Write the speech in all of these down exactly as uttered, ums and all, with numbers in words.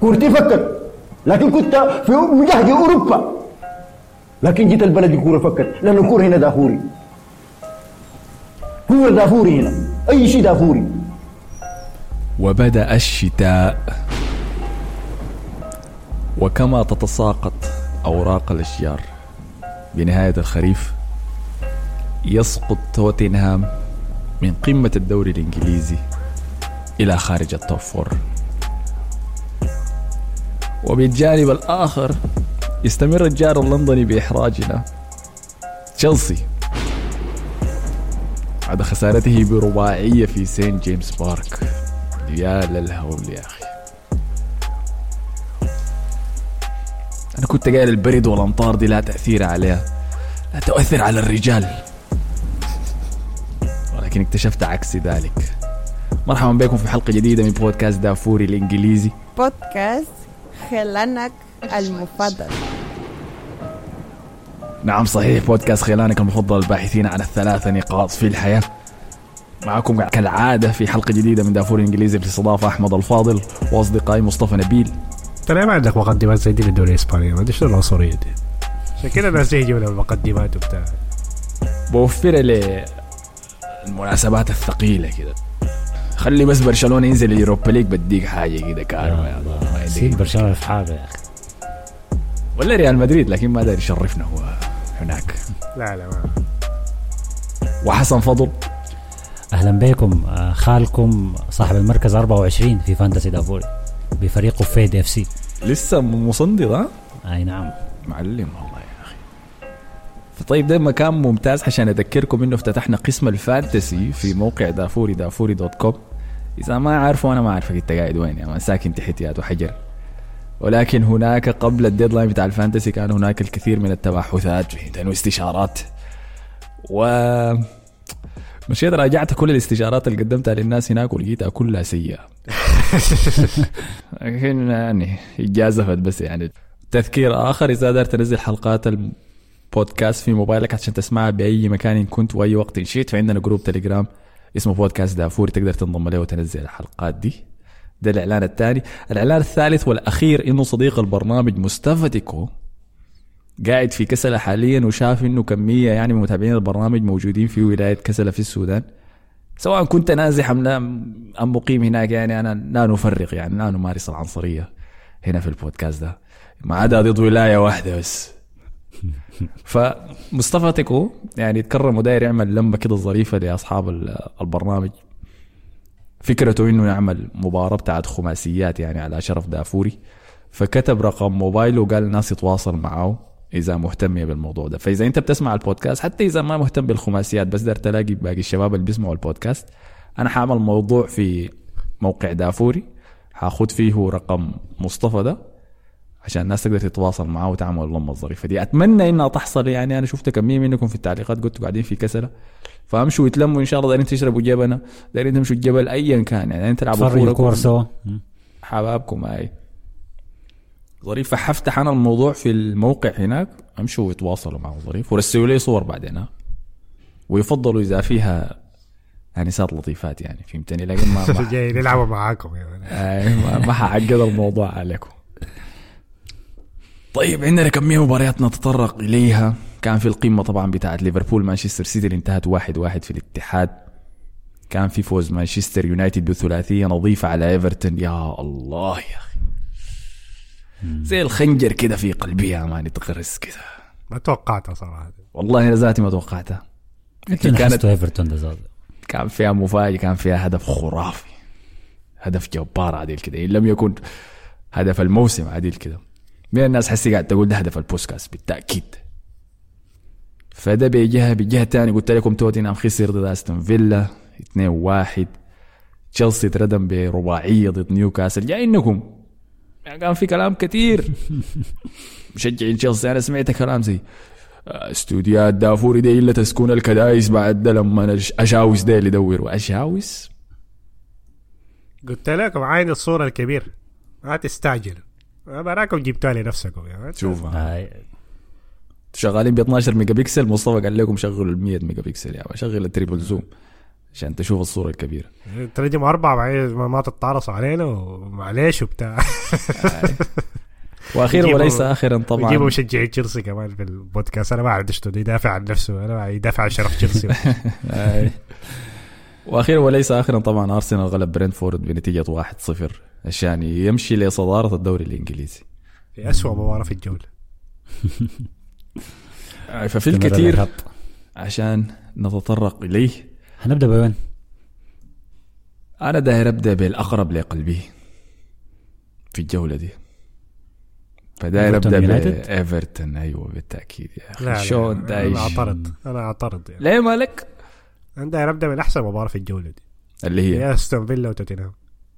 كورتي فكت، لكن كنت في مجهد أوروبا، لكن جيت البلد الكورة فكت لأن الكورة هنا دافوري، كورة دافوري هنا، أي شيء دافوري. وبدأ الشتاء، وكما تتساقط أوراق الأشجار بنهاية الخريف، يسقط توتنهام من قمة الدوري الإنجليزي إلى خارج التوب فور. وبالجانب الآخر يستمر الجار اللندني بإحراجنا تشيلسي بعد خسارته برباعية في سين جيمس بارك. يا للهول يا أخي، أنا كنت قايل البرد والأمطار دي لا تأثير عليها، لا تؤثر على الرجال، ولكن اكتشفت عكس ذلك. مرحبا بكم في حلقة جديدة من بودكاست دافوري الإنجليزي، بودكاست خلانك المفضل. نعم صحيح، بودكاست خلانك المفضل، الباحثين عن الثلاثة نقاط في الحياة. معكم كالعادة في حلقة جديدة من دافوري الإنجليزي باستضافة أحمد الفاضل وأصدقائي مصطفى نبيل. ترى ما عندك مقدمات زي دي للدوري الإسباني، ما أدري شو العنصرية دي، عشان كده الناس يجوا لنا المقدمات وبتاع. بوفر لي المناسبات الثقيلة كده، خلي بس برشلونة ينزل اليوروبا ليج بديك حاجة كده كارما يا الله. سيب برشلونة في حاجة يا أخي، ولا ريال مدريد، لكن ما داري يشرفنا هو هناك. لا لا ما. وحسن فضل، أهلا بكم. خالكم صاحب المركز أربعة وعشرين في فانتسي دافوري بفريقه فيد اف سي، لسه مصندر. ها أي نعم معلم والله يا أخي. طيب ده مكان ممتاز عشان أذكركم إنه افتتحنا قسم الفانتسي في موقع دافوري دافوري دوت كوم. إذا ما عارفه أنا ما عارفك أنت قاعد وين، يعني ساكن تحتيات وحجر، ولكن هناك قبل الديدلاين بتاع الفانتسي كان هناك الكثير من التباحثات واستشارات، و مشيت راجعت كل الاستشارات اللي قدمتها للناس هناك ولقيتها كلها سيئة. لكن يعني إجازفت بس. يعني تذكير آخر، إذا قدرت تنزل حلقات البودكاست في موبايلك عشان تسمعها بأي مكان كنت وأي وقت نشيت، فعندنا جروب تليجرام اسمه بودكاست دافوري، تقدر تنضم له وتنزل الحلقات دي. ده الإعلان الثاني. الإعلان الثالث والأخير إنه صديق البرنامج مصطفى تيكو قاعد في كسلة حاليا، وشاف إنه كمية يعني من متابعين البرنامج موجودين في ولاية كسلة في السودان، سواء كنت نازح أم لا أم مقيم هناك. يعني أنا لا نفرق، يعني لا نمارس العنصرية هنا في البودكاست ده، ما عدا ضد ولاية واحدة بس. فمصطفى تيكو يعني تكرم وداير يعمل لمبة كده ظريفة لأصحاب البرنامج. فكرته إنه يعمل مباراة بتاعت خماسيات يعني على شرف دافوري، فكتب رقم موبايله وقال الناس يتواصل معه إذا مهتمية بالموضوع ده. فإذا أنت بتسمع البودكاست، حتى إذا ما مهتم بالخماسيات بس دار تلاقي باقي الشباب اللي بيسمعوا البودكاست، أنا حاعمل موضوع في موقع دافوري حاخد فيه رقم مصطفى ده عشان الناس تقدر تتواصل معه وتعمل اللمة الظريفة دي. أتمنى إنها تحصل. يعني أنا شفت كمية منكم في التعليقات قلتوا قاعدين في كسلة، فامشوا ويتلموا ان شاء الله. دارين تشربوا جبنه، دارين تمشوا الجبل، ايا كان يعني انت تلعبوا كوره سوا حبابكم. اي ظريف. فحفتح انا الموضوع في الموقع هناك، امشوا ويتواصلوا معه ظريف، ورسلوا لي صور بعدين، ويفضلوا اذا فيها انسات لطيفات يعني، فهمتني؟ لكن ما جاي نلعبوا معاكم يعني. اي ما حعقد الموضوع عليكم. طيب عندنا كمية مباريات نتطرق إليها. كان في القمة طبعا بتاعت ليفربول مانشستر سيتي اللي انتهت واحد واحد في الاتحاد. كان في فوز مانشستر يونايتد بثلاثية نظيفة على ايفرتون. يا الله يا أخي، زي الخنجر كده في قلبي يا مان، تغرس كده. ما توقعتها صراحة، والله أنا ذاتي ما توقعتها. كانت ايفرتون ده كان فيها مفاجأة، كان فيها هدف خرافي، هدف جبار عديل كده، إن لم يكن هدف الموسم عديل كده. من الناس حسي قاعد تقول ده هدف البوسكاس بالتأكيد. فده بيجيها بيجيها تاني. قلت لكم توتنهام خسر ضد أستون فيلا اثنين واحد. تشيلسي تردم برباعية ضد نيوكاسل. جاي إنكم يعني كان في كلام كتير مشجعين تشيلسي. أنا سمعت كلام زي استوديوهات دافوري دي إلا تسكون الكدايس بعد ده لما أشاوس ده اللي دور وأشاوس. قلت لكم عين الصورة الكبير، ما تستعجل، براكم جبتوا لي نفسكم يا شوف شغالين ب اثناشر ميجا بكسل. مصطفى قال لكم شغلوا ال مية ميجا بكسل، يعني شغل التريبل زوم عشان تشوف الصورة الكبيرة. ترجم أربعة بعدين ما تتعرص علينا ومعليش وبتاع. واخيرا وليس اخرا طبعا يجيبوا مشجعين تشيلسي كمان في البودكاست. انا ما عارف ايش يدافع عن نفسه، انا يدافع عن شرف تشيلسي. واخيرا وليس اخرا طبعا ارسنال غلب برينتفورد بنتيجه واحد صفر عشان يمشي لصداره الدوري الانجليزي في اسوأ مباراه في الجوله. ففي الكثير عشان نتطرق اليه. هنبدا بوين؟ انا داير ابدا بالاقرب لقلبي في الجوله دي، فداير ابدا بايفرتون. ايوه بالتاكيد يا اخي. شون دايش؟ انا اعترض انا اعترض يعني. ليه مالك؟ انا داير ابدا من احسن مباراه في الجوله دي اللي هي استون فيلا وتوتنهام.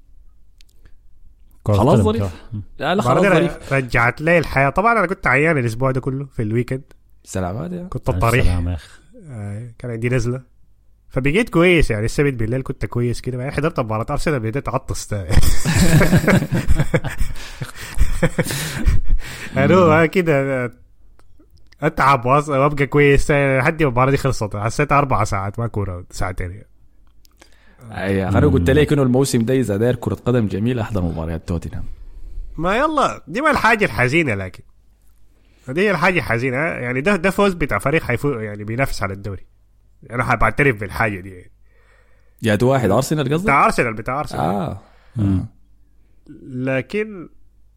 خلاص ظريف. لا لا خلاص ظريف، رجعت لي الحياه. طبعا انا كنت عيان الاسبوع ده كله في الويكند. سلامات يا كنت الطريح آه كان عندي نزله فبقيت كويس يعني. السبت بالليل كنت كويس كده يعني. حضرت مباراه ارسنال بديت اعطس انا كده اتعب وابقى كويس لحد المباراه دي خلصت. حسيت اربع ساعات ما كوره ساعتين يعني. اي انا قلت لك انه الموسم ده اذا داير كره قدم جميله احضر مباريات توتنهام. ما يلا دي ما الحاجه الحزينه، لكن دي الحاجه الحزينه يعني. ده ده فوز بتاع فريق حيفوز يعني بينافس على الدوري. انا حابب اعترف بالحاجه دي يعني. يا دو واحد ارسنال قصدك؟ بتاع ارسنال بتاع ارسنال اه مم. لكن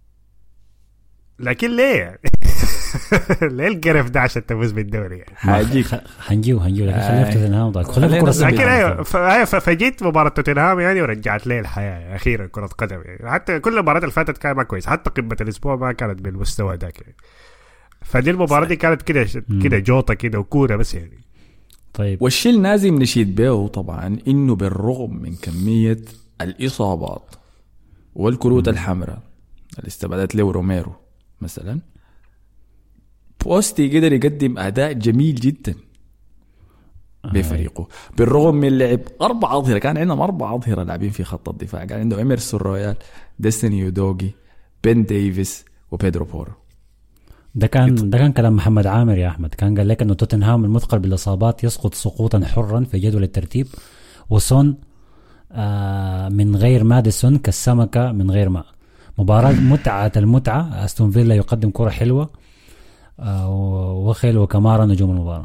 لكن ليه يعني؟ ليه القرف ده عشان تفوز بالدوري يعني؟ حاجيك هنجيو هنجيو لكن خلينا توتنهام ضاق خلينا كرة لكن ايوه فجيت مباراة توتنهام يعني ورجعت لي الحياة اخيرا كرة قدم يعني. حتى كل المباريات اللي فاتت كانت ما كويس، حتى قمة الاسبوع ما كانت بالمستوى ذاك يعني. فدي المباراة دي كانت كده كده جوطة كده وكورة بس يعني. طيب والشيء لازم نشيد به طبعا انه بالرغم من كمية الاصابات والكروت الحمراء اللي استبعدت له روميرو مثلا، بوستي قدر يقدم اداء جميل جدا بفريقه. بالرغم من لعب اربع اظهره، كان عندهم اربع اظهره لاعبين في خط الدفاع. كان عنده إميرسون رويال، ديستني يودوغي، بن ديفيس، وبيدرو بورو. ده كان ده كان كلام محمد عامر يا احمد. كان قال لك انه توتنهام المثقل بالاصابات يسقط سقوطا حرا في جدول الترتيب، وسون آه من غير ماديسون كالسمكه من غير ماء. مباراه متعه المتعه. استون فيلا يقدم كره حلوه، آه وخيل وكمارا نجوم المباراه.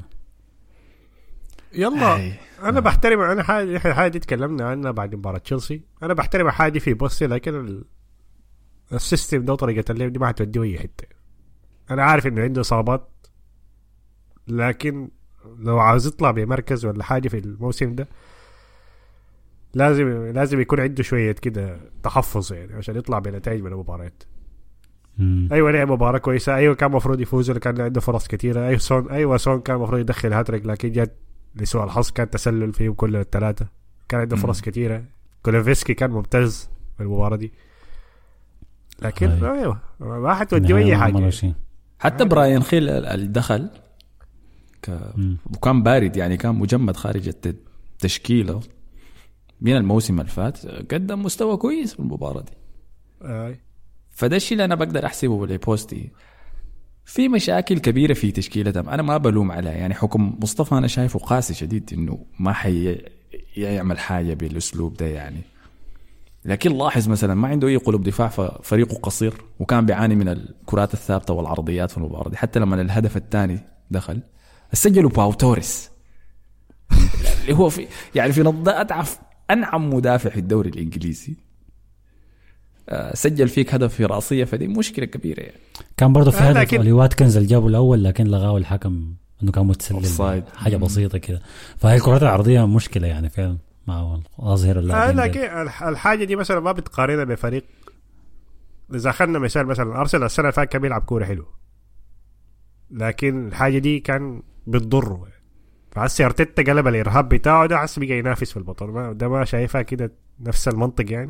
يلا أي. انا بحترم انا حاجه حاجه دي تكلمنا عنها بعد مباراه تشيلسي. انا بحترم حاجه في بوستي، لكن السيستم ده طريقه اللعب دي ما هتوديه اي حته. انا عارف انه عنده اصابات، لكن لو عاوز يطلع بمركز ولا حاجه في الموسم ده لازم لازم يكون عنده شويه كده تحفظ يعني عشان يطلع بنتائج من المباريات. ايوه لعب مباراه كويسه، ايوه كان مفروض يفوز وكان عنده فرص كثيره. ايوه سون ايوه سون كان مفروض يدخل هاتريك، لكن جت لسوء الحظ كان تسلل فيهم كل الثلاثه. كان عنده فرص كثيره. كولوفسكي كان ممتاز في المباراه دي، لكن ايوه ما حتودي اي حاجه. حتى براين خيل الدخل ك... وكان بارد يعني، كان مجمد خارج التشكيله من الموسم الفات. قدم مستوى كويس في المباراه دي. اي فده الشيء اللي انا بقدر احسبه لبوستي. في مشاكل كبيره في تشكيلتهم انا ما بلوم عليها يعني. حكم مصطفى انا شايفه قاسي شديد انه ما حي يعمل حاجه بالاسلوب ده يعني. لكن لاحظ مثلا ما عنده اي قلوب دفاع، ففريقه قصير وكان بيعاني من الكرات الثابته والعرضيات في المباراه دي. حتى لما الهدف الثاني دخل سجلوا باو توريس اللي هو في يعني في نظره اتعف انعم مدافع في الدوري الانجليزي، سجل فيك هدف في راسيه. فدي مشكله كبيره يعني. كان برضه في هدف لكن... واتكنز اللي جابه الاول، لكن لغاه الحكم انه كان متسلل حاجه بسيطه كده. فهي الكرات العرضيه مشكله يعني فعلا مع اظهر اللاعبين. لكن الحاجه دي مثلا ما بتقارنها بفريق. اذا اخذنا مثال مثلا ارسنال السنه اللي فاتت كان بيلعب كوره حلوه، لكن الحاجه دي كان بتضره. فحسي ارتيتا قلب الارهاب بتاعه ده، حسي بقى ينافس في البطل. ما ده ما شايفها كده نفس المنطق يعني.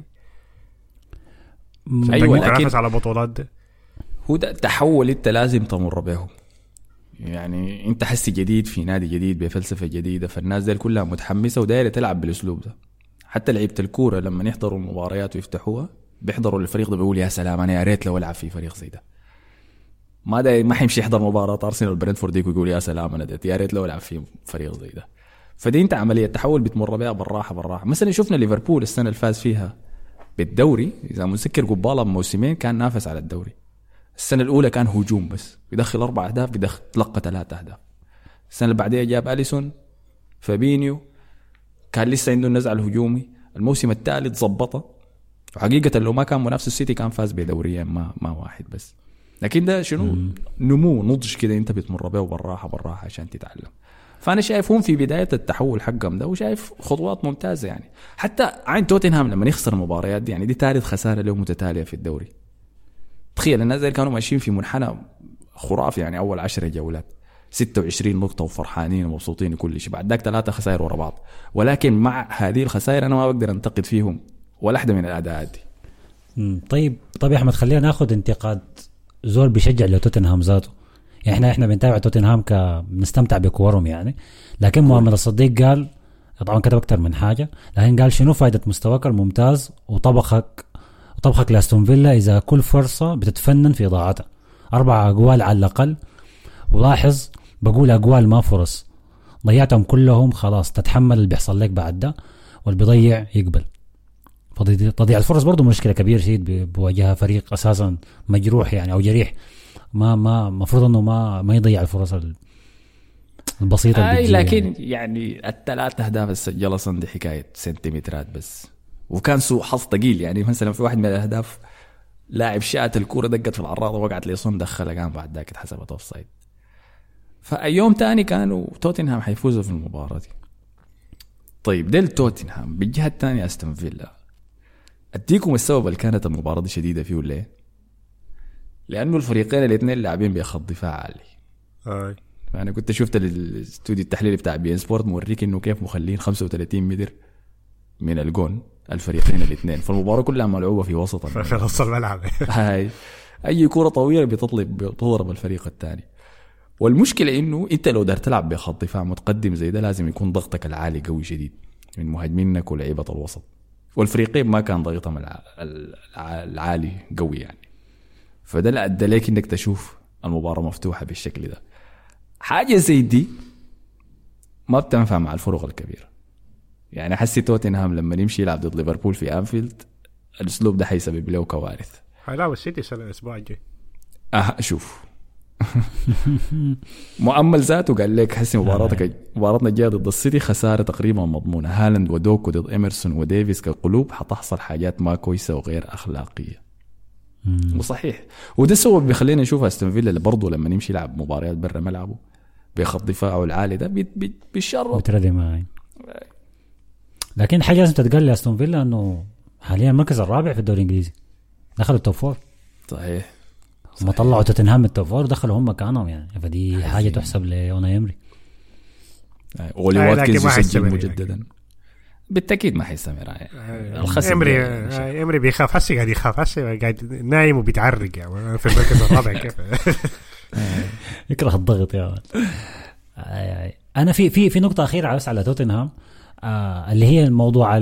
ايوه لكن على بطولات ده هو ده تحول انت لازم تمر به يعني. انت حسي جديد في نادي جديد بفلسفه جديده، فالناس دي كلها متحمسه ودايره تلعب بالاسلوب ده. حتى لعيبه الكوره لما يحضروا المباريات ويفتحوها بيحضروا الفريق ده بيقول يا سلام انا يا ريت لو العب في فريق زي ده. ما ده ما حيمشي يحضر مباراه ارسنال والبرنتفورد ديك ويقول يا سلام انا ده يا ريت لو العب في فريق زي ده. فدي انت عمليه تحول بتمر بها بالراحه بالراحه. مثلا شفنا ليفربول السنه اللي فاز فيها بالدوري اذا متذكر قباله بموسمين كان نافس على الدوري. السنه الاولى كان هجوم بس بيدخل اربع اهداف بيدخل تلقى ثلاثه اهداف. السنه اللي بعديها جاب اليسون فابينيو كان لسه عنده النزع الهجومي. الموسم الثالث ظبطه وحقيقه لو ما كان منافس السيتي كان فاز بدوريين ما ما واحد بس. لكن ده شنو مم. نمو نضج كده انت بتمر به بالراحه بالراحه عشان تتعلم. فانا شايفهم في بدايه التحول حقهم ده وشايف خطوات ممتازه يعني. حتى عين توتنهام لما يخسر المباريات دي يعني دي ثالث خساره له متتاليه في الدوري. تخيل الناس اللي كانوا ماشيين في منحنى خرافي يعني اول عشر جولات ستة وعشرين نقطه وفرحانين ومبسوطين وكل شيء بعد ذاك ثلاثه خسائر ورا بعض. ولكن مع هذه الخسائر انا ما بقدر انتقد فيهم ولا واحده من الاداءات دي. طيب طيب يا احمد خلينا ناخذ انتقاد زول بيشجع لتوتنهام ذاته. يعني احنا احنا بنتابع توتنهام كنستمتع بكورهم يعني. لكن محمد الصديق قال طبعا كتب اكثر من حاجه لكن قال شنو فائده مستواك الممتاز وطبخك وطبخك لاستون فيلا اذا كل فرصه بتتفنن في اضاعتها. اربع اقوال على الاقل. ولاحظ بقول اقوال ما فرص ضيعتهم كلهم خلاص تتحمل اللي بيحصل لك بعد ده واللي بيضيع يقبل. تضيع الفرص برضو مشكله كبيره شديد بواجهها فريق اساسا مجروح يعني او جريح ما ما مفروض انه ما ما يضيع الفرص البسيطه اللي لكن يعني, يعني الثلاث اهداف اللي سجلها صن دي حكايه سنتيمترات بس وكان سوء حظ ثقيل يعني. مثلا في واحد من الاهداف لاعب شاءت الكوره دقت في العراضه وقعت لصن دخلها كان بعد ذاك اتحسبت اوف سايد. فايوم تاني كانوا توتنهام حيفوزوا في المباراه دي. طيب ديل توتنهام بالجهه الثانيه استون فيلا اديكم السبب اللي كانت المباراه دي شديده فيه ولا ايه؟ لانه الفريقين الاثنين لاعبين بخط دفاع عالي. اي فانا كنت شفت الاستوديو التحليلي بتاع بي ان سبورت موريك انه كيف مخلين خمسة وثلاثين متر من الجون الفريقين الاثنين. فالمباراه كلها ملعوبه في وسط في نص الملعب. هاي اي كره طويله بتطلب بتضرب الفريق الثاني. والمشكله انه انت لو دار تلعب بخط دفاع متقدم زي ده لازم يكون ضغطك العالي قوي شديد من مهاجمينك ولاعيبه الوسط. والفريقين ما كان ضغطهم العالي قوي يعني. فده لا ادى لك انك تشوف المباراه مفتوحه بالشكل ده. حاجه زي دي ما بتنفع مع الفرق الكبيره يعني. حسي توتنهام لما يمشي يلعب ضد ليفربول في انفيلد الاسلوب ده حيسبب له كوارث. هيلعب السيتي السنه الاسبوع الجاي. اه شوف مؤمل ذاته قال لك حسي مباراتك مباراتنا الجايه ضد السيتي خساره تقريبا مضمونه. هالاند ودوكو ضد ايمرسون وديفيس كقلوب حتحصل حاجات ما كويسه وغير اخلاقيه. وصحيح وده السبب بيخلينا نشوف استون فيلا اللي برضه لما نمشي يلعب مباريات برا ملعبه بخط دفاعه العالي ده بيشرب بتردي معي. لكن حاجه لازم تتقال لاستون فيلا انه حاليا المركز الرابع في الدوري الانجليزي دخلوا التوب فور. صحيح هم طلعوا توتنهام من التوب فور ودخلوا هم مكانهم يعني. فدي حاجه تحسب لاوناي إمري. اولي واتكنز يسجل مجددا بالتأكيد ما حيستمر يعني. الخصم إمري إمري بيخاف حسي قاعد يخاف حسي قاعد نايم وبيتعرق يعني في المركز الرابع كيف يكره الضغط يا أنا في في في نقطة أخيرة بس على توتنهام آه اللي هي الموضوع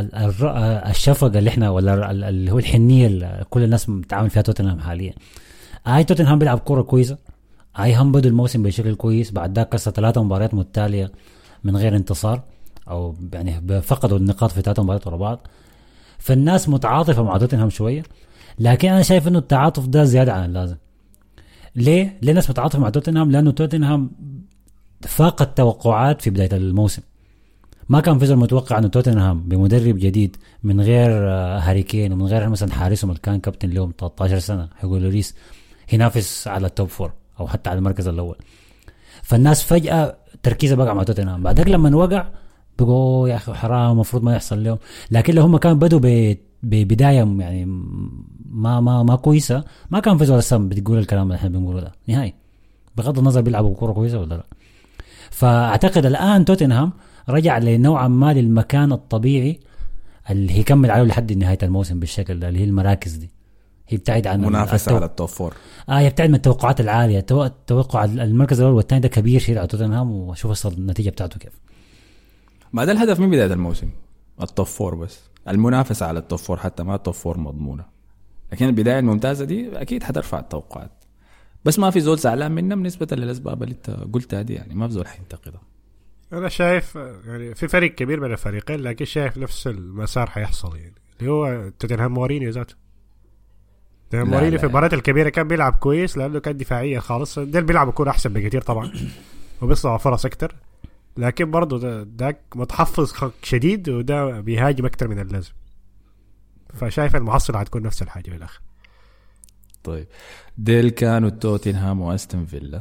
الشفقة اللي إحنا ولا اللي هو الحنية اللي كل الناس متعامل فيها توتنهام حاليا. هاي توتنهام بيلعب كرة كويسة. هاي هم بدوا الموسم بشكل كويس بعد ذاك كسر ثلاثة مباريات متتالية من غير انتصار او يعني فقدوا النقاط في ثلاث مباريات ورا بعض. فالناس متعاطفه مع توتنهام شويه لكن انا شايف انه التعاطف ده زياده عن اللازم. ليه ليه الناس متعاطفه مع توتنهام؟ لانه توتنهام فاق التوقعات في بدايه الموسم. ما كان في متوقع انه توتنهام بمدرب جديد من غير هاري كين ومن غير مثلا حارسهم اللي كان كابتن لهم ثلاثة عشر سنه هيقول لوريس ينافس على التوب فور او حتى على المركز الاول. فالناس فجاه تركيزها بقى مع توتنهام. بعدك لما وقع بقوا يا اخي حرام المفروض ما يحصل لهم. لكن لو هم كانوا بدوا ببدايه يعني ما ما ما كويسه ما كان فيزوا السم بتقول الكلام اللي احنا بنقوله ده نهائي بغض النظر بيلعبوا كوره كويسه ولا لا. فاعتقد الان توتنهام رجع لنوعا ما للمكان الطبيعي اللي يكمل عليه لحد نهايه الموسم بالشكل ده اللي هي المراكز دي. هي بتعيد عن منافسه على التوب فور. اه هي بتعيد من التوقعات العاليه. التوقع المركز الاول والثاني ده كبير شيء على توتنهام وشوف اصلا النتيجه بتاعته كيف. ما ده الهدف من بداية الموسم التوب فور بس المنافسة على التوب فور حتى ما التوب فور مضمونة. لكن البداية الممتازة دي أكيد حترفع التوقعات بس ما في زول زعلان منها بالنسبة للأسباب اللي انت قلتها دي يعني ما في زول حينتقدها. انا شايف يعني في فريق كبير بين الفريقين، لكن شايف نفس المسار حيحصل يعني اللي هو توتنهام مورينيو ذاته. مورينيو في المباريات الكبيره كان بيلعب كويس لانه كان دفاعيه خالص. ديل بيلعبوا كوره احسن بكثير طبعا وبيصنعوا فرص اكتر، لكن برضه ده داك متحفظ شديد وده بيهاجم اكتر من اللازم. فشايف المحصله حتكون نفس الحاجه بالاخر. طيب ديل كانوا توتنهام واستون فيلا،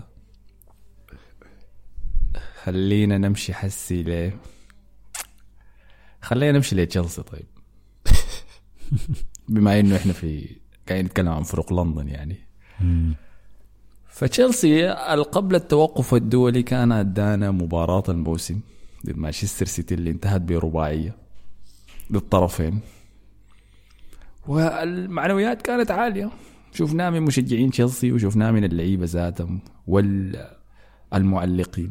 خلينا نمشي حسي ليه خلينا نمشي لتشيلسي. طيب بما انه احنا في قاعدين نتكلم عن فرق لندن يعني، فتشيلسي قبل التوقف الدولي كان ادانا مباراة الموسم ضد مانشستر سيتي اللي انتهت برباعية للطرفين، والمعنويات كانت عالية. شفناه من مشجعين تشيلسي وشفناه من اللعيبة ذاتهم والمعلقين.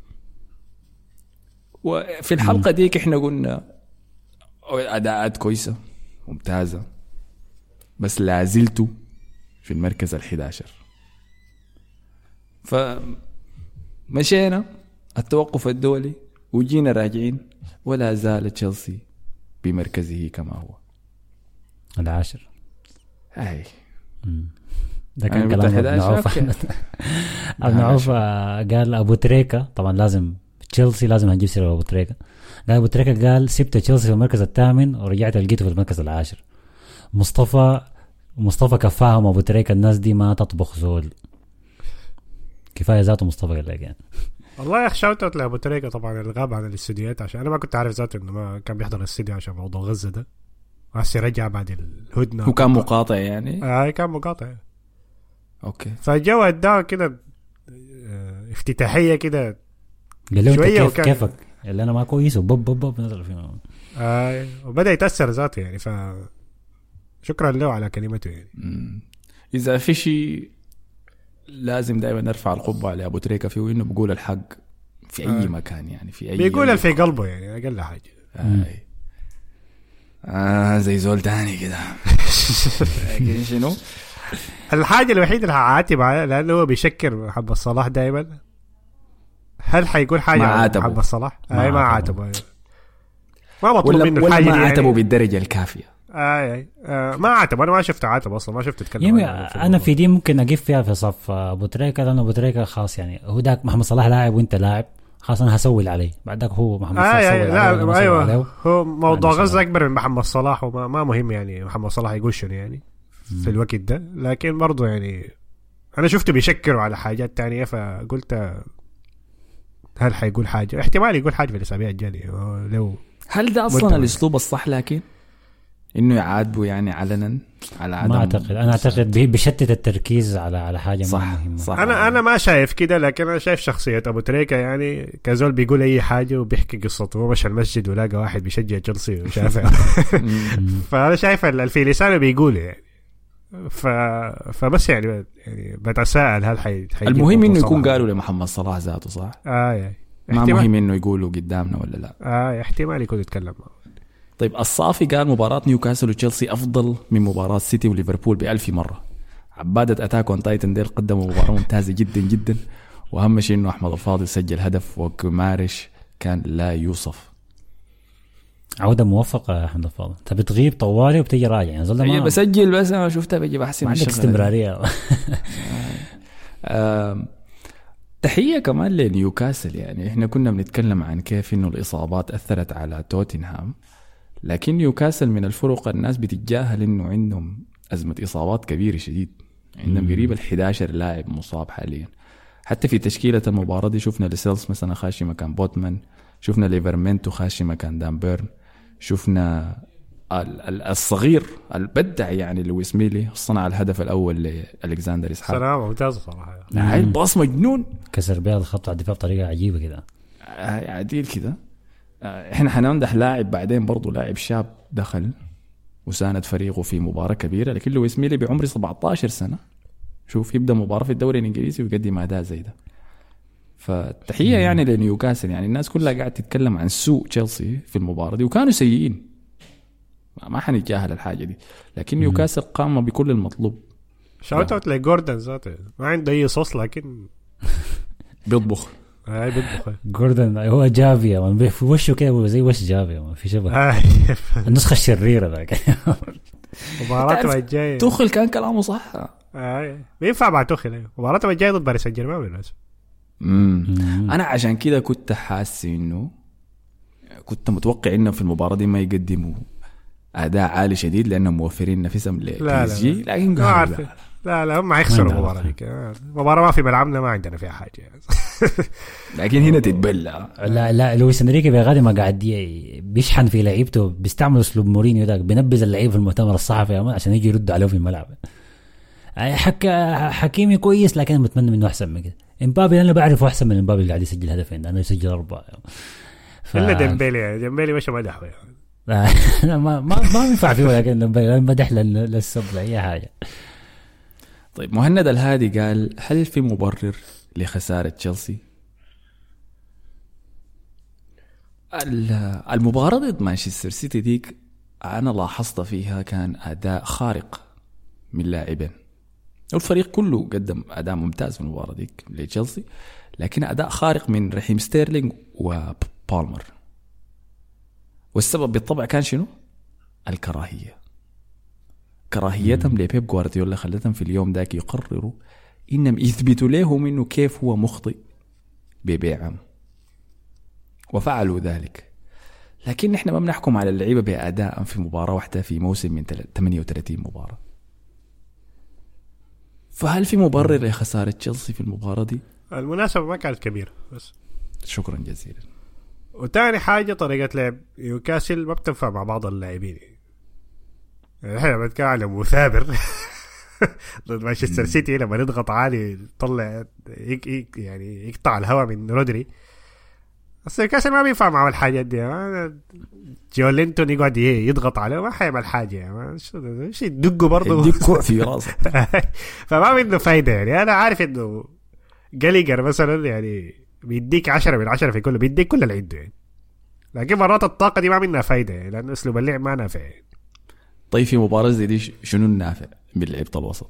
وفي الحلقة ديك احنا قلنا أداءات كويسة ممتازة، بس لازلتوا في المركز الحداشر. فمشينا التوقف الدولي وجينا راجعين ولا زال تشيلسي بمركزه كما هو العاشر. هاي ده كان كلام ابن عوف. ابن عوف قال أبو تريكة طبعا لازم تشيلسي لازم هنجيب سيرة أبو تريكة. قال أبو تريكة قال سبت تشيلسي في المركز الثامن ورجعت لقيته في المركز العاشر. مصطفى مصطفى كفاهم أبو تريكة الناس دي ما تطبخ زول كفاية ذاته. مصطفى قال لك يعني والله شاوت لأبو تريكة طبعا الغاب عن الاستديوهات عشان أنا ما كنت عارف ذاته إنه ما كان بيحضر الاستديو عشان موضوع غزة ده. هسه رجع بعد الهدنة. هو كان مقاطع يعني؟ آه كان مقاطع. أوكي. فالجو أداه كده افتتاحية كده قال له كيف وكان... كيفك اللي أنا ما كويس وبب بب بب نزل فيه. آه وبدأ يتأثر ذاته يعني. ف شكرا له على كلمته يعني. مم. إذا في شيء لازم دائما نرفع القبعة لأبو تريكة فيه إنه بيقول الحق في أي آه. مكان يعني في أي بيقول في قلبه يعني أقل حاجة. آه. آه زي زول تاني كده. لكن شنو الحاجة الوحيدة اللي هعاتب عليها لأنه هو بيشكر محمد صلاح دائما. هل حيقول حاجة على محمد صلاح؟ ما, ما عاتبه. ما مطلوب منه الحاجة دي. ما يعني. عاتبه بالدرجة الكافية. آه آه ما عاتب. أنا ما شفت عاتب أصلا ما شفت تتكلم. أنا في دي ممكن أجيب فيها في صف أبو تريكة لأنه أبو تريكة خاص يعني هو داك محمد صلاح لاعب وأنت لاعب خلاص أنا هسوي اللي عليه. بعدك هو محمد صلاح آه سوي لا عليه. أيوة هو موضوع غزة أكبر من محمد صلاح وما ما مهم يعني محمد صلاح يقول شنو يعني مم. في الوقت ده. لكن برضو يعني أنا شفته بيشكروا على حاجات تانية فقلت هل حيقول حاجة؟ احتمال يقول حاجة في الأسابيع الجاية. لو هل ده أصلا الأسلوب الصح لكن إنه يعاتبه يعني علنا على عدم؟ ما أعتقد. أنا أعتقد بيشتت التركيز على على حاجة صح مهمة. صح. أنا أنا ما شايف كده لكن أنا شايف شخصية أبو تريكة يعني كزول بيقول أي حاجة وبيحكي قصته. هو مش المسجد ولاقى واحد بيشجع تشيلسي وشافه. فأنا شايف في لسانه بيقول يعني ف فبس يعني يعني بتساءل هل حي المهم إنه يكون قالوا لمحمد صلاح ذاته صح؟ آه يعني ما مهم إنه يقولوا قدامنا ولا لا. آه احتمال يكون يتكلم. طيب الصافي قال مباراة نيوكاسل وتشيلسي أفضل من مباراة سيتي وليفربول بألف مرة. عبادة أتاك وان تايتن ديل قدموا مباراة ممتازة جدا جدا، وأهم شيء إنه أحمد الفاضل سجل هدف وكمارش كان لا يوصف. عودة موفقة يا أحمد الفاضل. أنت بتغيب طوالي وبتيجي راجع يعني زول ما بسجل بس أنا شفتها بيجي بحسن عندك استمرارية. تحية كمان لنيوكاسل. يعني إحنا كنا بنتكلم عن كيف إنه الإصابات أثرت على توتنهام، لكن نيوكاسل من الفرق الناس بتتجاهل إنه عندهم أزمة إصابات كبيرة شديد. عندهم قريب الحداشر لاعب مصاب حاليا. حتى في تشكيلة المباراة دي شفنا لسيلس مثلا خاشي مكان بوتمان، شفنا ليفرمنتو خاشي مكان دان بيرن، شفنا الصغير البدع يعني لويس ميلي صنع الهدف الأول لألكسندر إسحاق. سلام ممتاز صراحة. هاي الباص مجنون كسر بيها الخط على الدفاع بطريقة عجيبة كده. عديل كده. احنا حنمدح لاعب بعدين برضو لاعب شاب دخل وساند فريقه في مباراة كبيرة، لكن لويس ميلي بعمر سبعة عشر سنة شوف يبدأ مباراة في الدوري الإنجليزي ويقدم أداء زي ده. فالتحية يعني لنيوكاسل. يعني الناس كلها قاعد تتكلم عن سوء تشيلسي في المباراة دي وكانوا سيئين، ما حنتجاهل الحاجة دي، لكن نيوكاسل قام بكل المطلوب. شاوت اوت لجوردن ذاته ما عنده أي صوص لكن بيطبخ. هاي بيطبخ جوردن هو جافيا من في وشه كده زي وش جافيا ما في شبه النسخة الشريرة ذاك. مباراته الجاية توخل كان كلامه صح. اي بينفع مع توخل. مباراته الجاية ضد باريس سان جيرمان بالناس. امم انا عشان كده كنت حاسس انه كنت متوقع انه في المباراة دي ما يقدموا اداء عالي شديد لانهم موفرين نفسهم لبي اس جي، لكن ما عارف لا لا هم هيخسروا المباراة دي. مباراة ما في ملعبنا ما عندنا فيها حاجة يعني. لكن هنا تتبلع. لا لا لويس انريكي بغادي ما قاعد بيشحن في لعيبته، بيستعمل اسلوب مورينيو ذاك، بينبذ اللعيب في المؤتمر الصحفي عشان يجي يرد عليه في الملعب. حك حكيمي كويس لكن متمنى منه احسن من كده. امبابي انا بعرفه احسن من امبابي اللي قاعد يسجل هدفين، انا يسجل اربعه. ف... الا ديمبلي ديمبلي مش مدح ما ما ما ينفع فيه، لكن ديمبلي مدح للسب لاي حاجه. طيب مهند الهادي قال هل في مبرر لخسارة تشيلسي؟ المباراة ضد مانشستر سيتي ديك أنا لاحظت فيها كان أداء خارق من لاعبين، والفريق كله قدم أداء ممتاز في المباراة ديك لتشيلسي، لكن أداء خارق من رحيم ستيرلينج وبالمر. والسبب بالطبع كان شنو؟ الكراهية. كراهيتهم لبيب غوارديولا خلتهم في اليوم ذاك يقرروا إنهم يثبتوا لهم إنه كيف هو مخطئ ببيعهم، وفعلوا ذلك. لكن نحن ما بنحكم على اللعيبة بأداء في مباراة واحدة في موسم من ثمانية وثلاثين مباراة. فهل في مبرر لخسارة تشيلسي في المباراة دي؟ المناسبة ما كانت كبيرة بس. شكرا جزيلا. وتاني حاجة طريقة لعب نيوكاسل ما بتنفع مع بعض اللاعبين. احنا بنتكلم على مثابر ضد مانشستر سيتي لما نضغط عالي طلع يك يك يعني يقطع الهواء من رودري. بس نيوكاسل ما بينفع مع الحاجات دي. جولينتون يقعد يضغط عليه ما حيعمل حاجة يعني شيء يدقه برضه يدقه في راسه. فما عنده فايدة يعني. أنا عارف إنه جاليجر مثلا يعني بيديك عشرة من عشرة في كله، بيديك كل اللي عنده يعني. لكن مرات الطاقة دي ما منها فايدة يعني لأن أسلوب اللعب ما نافع يعني. طيب في مباراة زي دي شنو النافع باللعب الوسط؟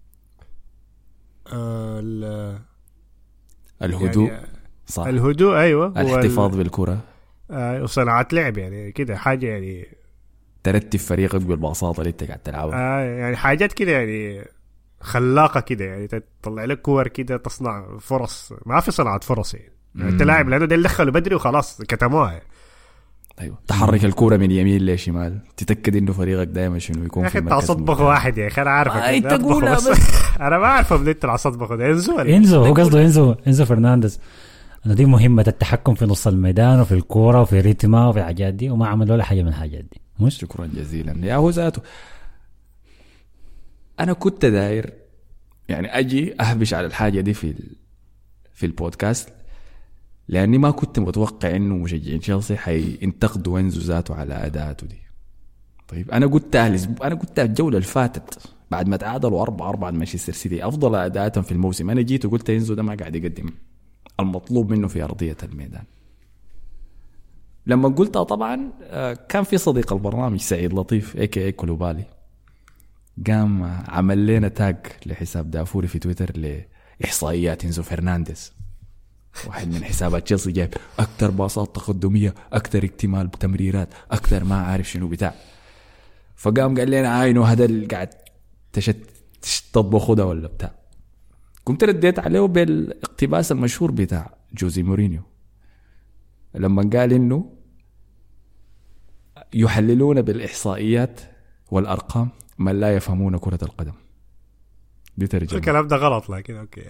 آه الهدوء يعني صح. الهدوء أيوة، الاحتفاظ بالكرة آه وصناعة لعب يعني كده حاجة يعني ترتب فريقك بالبساطة اللي انت قاعد تلعبها. آه يعني حاجات كده يعني خلاقة كده يعني تطلع لك كور كده تصنع فرص. ما في صناعة فرص يعني, يعني انت لاعب لأنه ده اللي دخلوا بدري وخلاص كتموها يعني. ايوه تحرك الكوره من يمين لشمال، تتاكد انه فريقك دائما شنو يكون في المركز. انت اصطبخ واحد يا اخي انا عارفك آه انت تقولها بس, بس. انا ما اعرفه من انت اصطبخ ده انزو انزو هو قصده انزو انزو فرنانديز. انا دي مهمه التحكم في نص الميدان وفي الكوره وفي ريتما وفي الحاجات دي، وما عمل ولا حاجه من الحاجات دي. مش شكرا جزيلا يا هو ذاته. انا كنت داير يعني اجي اهبش على الحاجه دي في في البودكاست لاني ما كنت متوقع انه مشجعين تشيلسي حينتقدوا انزو ذاته على اداءاته دي. طيب انا قلت انا قلت الجوله اللي فاتت بعد ما تعادلوا أربعة أربعة مانشستر سيتي افضل اداءاتهم في الموسم، انا جيت وقلت انزو ده ما قاعد يقدم المطلوب منه في ارضيه الميدان. لما قلتها طبعا كان في صديق البرنامج سعيد لطيف اي كي اي كلوبالي قام عمل لنا تاج لحساب دافوري في تويتر لاحصائيات انزو فرنانديز. واحد من حسابات تشيلسي جايب اكثر باصات تقدميه، اكثر اكتمال بتمريرات، اكثر ما عارف شنو بتاع. فقام قال لنا عاينو هذا اللي قاعد تشت تطبخه ده ولا بتاع. كنت رديت عليه بالاقتباس المشهور بتاع جوزي مورينيو لما قال انه يحللون بالاحصائيات والارقام من لا يفهمون كرة القدم. دي ترجمة. الكلام ده غلط لكن اوكي.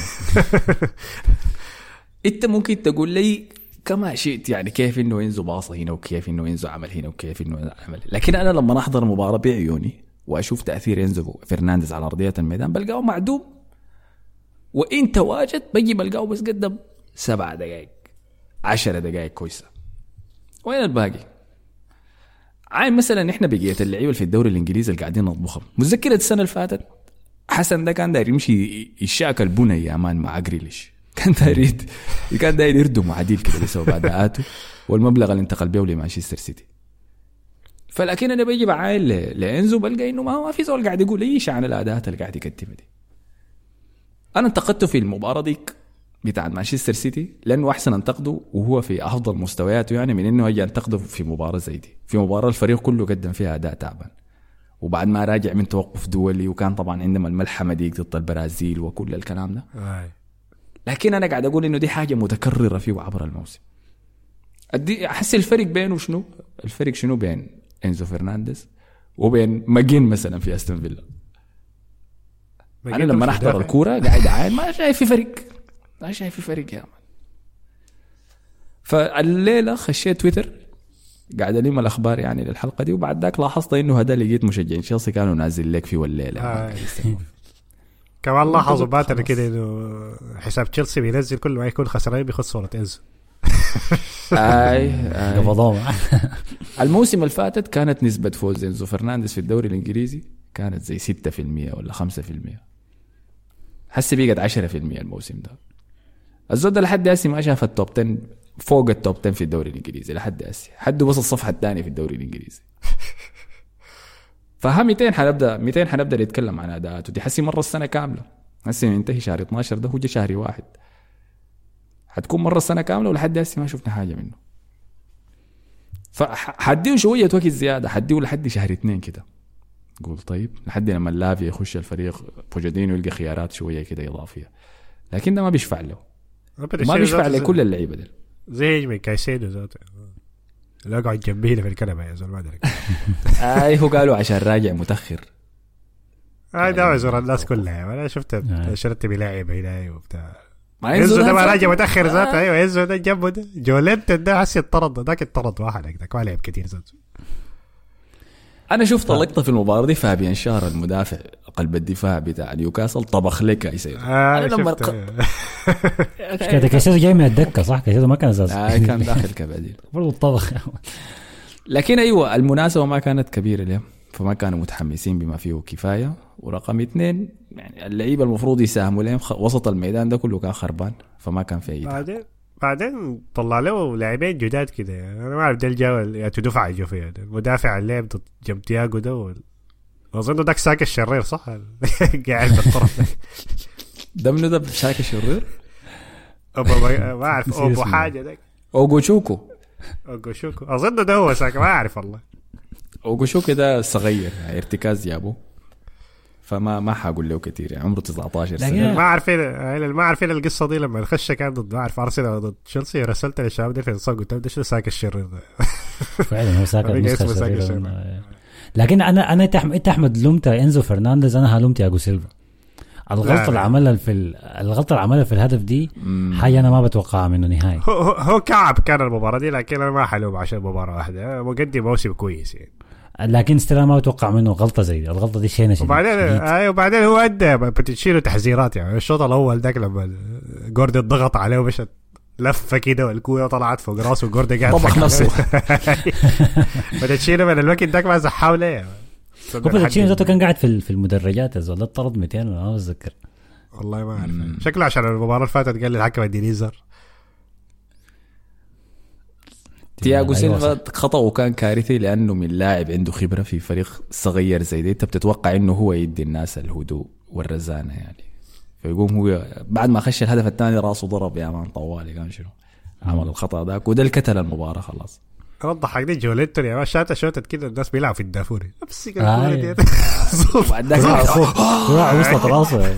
انت ممكن تقول لي كما شئت يعني كيف انه ينزو باصه هنا وكيف انه ينزو عمل هنا وكيف انه عمل، لكن انا لما احضر المباراه بعيوني واشوف تاثير ينزو فرنانديز على ارضيه الميدان بلقاه معدوم، وانت واجد بجي بلقاه بس قدم سبع دقائق عشر دقائق كويسه. وين الباقي؟ عاين مثلا احنا بقيه اللعيبه في الدوري الانجليزي اللي قاعدين نطبخهم. متذكر السنه اللي فاتت حسن ده كان داير يمشي يشاكل بني يا مان مع جريليش، كان داير كان داير يردم عديل كده بسبب اداءاته والمبلغ اللي انتقل بيه لمانشستر سيتي. فلكن انا بيجي بعاين لانزو بلقى انه ما هو في زول قاعد يقول ايش عن الاداءات اللي قاعد يقدمها دي. انا انتقدته في المباراه ديك بتاع مانشستر سيتي لانه احسن انتقده وهو في افضل مستوياته يعني من انه يجي ينتقده في مباراه زي دي. في مباراه الفريق كله قدم فيها اداء تعبان وبعد ما راجع من توقف دولي وكان طبعا عندما الملحمه دي ضد البرازيل وكل الكلام ده. لكن انا قاعد اقول انه دي حاجه متكرره فيه عبر الموسم. ادي احس الفرق بينه شنو؟ الفرق شنو بين انزو فرنانديز وبين ماجين مثلا في استون فيلا. انا لما احضر الكوره قاعد عاين ما شايف في فرق ما شايف في فرق يا مان. فالليله خشيت تويتر قاعد اليم الاخبار يعني للحلقه دي وبعد ذاك لاحظت انه هذا لقيت مشجعين تشيلسي كانوا نازل لك في والليله آه. كمان لاحظوا باتر كده انه حساب تشيلسي بينزل كل ما يكون خسران بيخذ صوره انزو. اي قبضوه. الموسم اللي فاتت كانت نسبه فوز انزو فرنانديز في الدوري الانجليزي كانت زي ستة بالمية ولا خمسة بالمية. حسي بيقت عشرة بالمية الموسم ده. الزود لحد هسه ما شاف التوب عشرة فوق التوب عشرة في الدوري الانجليزي لحد هسه حد وصل الصفحه الثانيه في الدوري الانجليزي. فها مئتين حنبدا مئتين حنبدا نتكلم عن اداءاته دي حسي مره السنه كامله. هسه ينتهي شهر اثناشر ده هو جا شهر واحد حتكون مره السنه كامله ولحد هسه ما شفنا حاجه منه. فحديه شويه وقت زياده حديه لحد شهر اثنين كده قول طيب لحد لما اللافي يخش الفريق بوجدينو يلقى خيارات شويه كده اضافيه. لكن ده ما بيشفع له ما بيشفع لكل اللعيبه دي زي من كايسيدو ذاته لا قاعد جنبينا في الكلمه يا زلمه ما اي هو قالوا عشان راجع متاخر. هاي ده زور الناس كلها انا شفت شرطي بلاعب هنا وبتاع يزو ده ما راجع متاخر ذاته. ايوه يزو ده جنبه ده جولنت ده حسي اطرد ذاك اطرد واحد هكذا ما لعب كثير ذاته. انا شفت اللقطه في المباراه دي فابيان شار المدافع قلب الدفاع بتاع نيوكاسل طبخ لك يا سيد. آه انا لما كده كايسيدو جاي من الدكه صح كايسيدو ما كان اساسي. آه كان داخل كبديل برضو الطبخ. لكن ايوه المناسبه ما كانت كبيره لهم فما كانوا متحمسين بما فيه كفايه. ورقم اثنين يعني اللعيبه المفروض يساهموا لهم وسط الميدان ده كله كان خربان فما كان في اي بعدين بعدين طلع له لاعبين جداد كده يعني انا ما اعرف ده الجو يا تدفع جو فيه المدافع اللي لعب ضد جمتياغو ده اظن داك ساك الشرير صح قاعد بالطرف ده منو ده ساك الشرير ما اعرف ابو حاجه داك اوغوشوكو اوغوشوكو اظن ده هو ساك ما اعرف والله. اوغوشوكو ده صغير يعني ارتكاز جابه فما ما حقول له كتير يعني عمره تسعة عشر سنه. ما عارفين ما عارفين القصه دي لما الخشه كان ضد ما اعرف ارسنال ضد تشيلسي رسلت للشباب دي في الصاق قلت لهم ده ساك الشرير ده فعلا هو ساك الشرير. لكن انا انا انت احمد لومت انزو فرنانديز انا هلومت يا ابو سيلفا. الغلطه اللي عملها في الغلطه اللي عملها في الهدف دي حاجه انا ما بتوقعها منه نهائي. هو, هو كعب كان المباراه دي لكن انا ما حلوم عشان مباراه واحده مقدم موسم كويس يعني. لكن استلام ما اتوقع منه غلطه زي دي. الغلطه دي شيء نشيد وبعدين اي وبعدين هو ادى بتشيله تحذيرات يعني الشوط الاول ذاك لما جوردي ضغط عليه ومشت لفه كده والكوره طلعت فوق راسه وجوردي قاعد طبخ نفسه بتشيله من الوقت ذاك ما زحاو ليه. هو بتشيله ذاته كان قاعد في في المدرجات ولا طرد مئتين ما بتذكر والله ما اعرف شكله عشان المباراه اللي فاتت قال لي الحكم الدينيزر تياغو سيلفا خطأه كان كارثي لأنه من لاعب عنده خبرة في فريق صغير زي ده. أنت بتتوقع إنه هو يدي الناس الهدوء والرزانة يعني فيقوم هو بعد ما خش الهدف الثاني راسه ضرب يا مان طوالي كان شنو عمل الخطأ ذاك وده الكتل المباراة خلاص. وضح حقني جوليتو يا ما شاته شوتت كده الناس بيلعبوا في الدافوري بس كده دي بعد ذاك صراحة وصلت راسه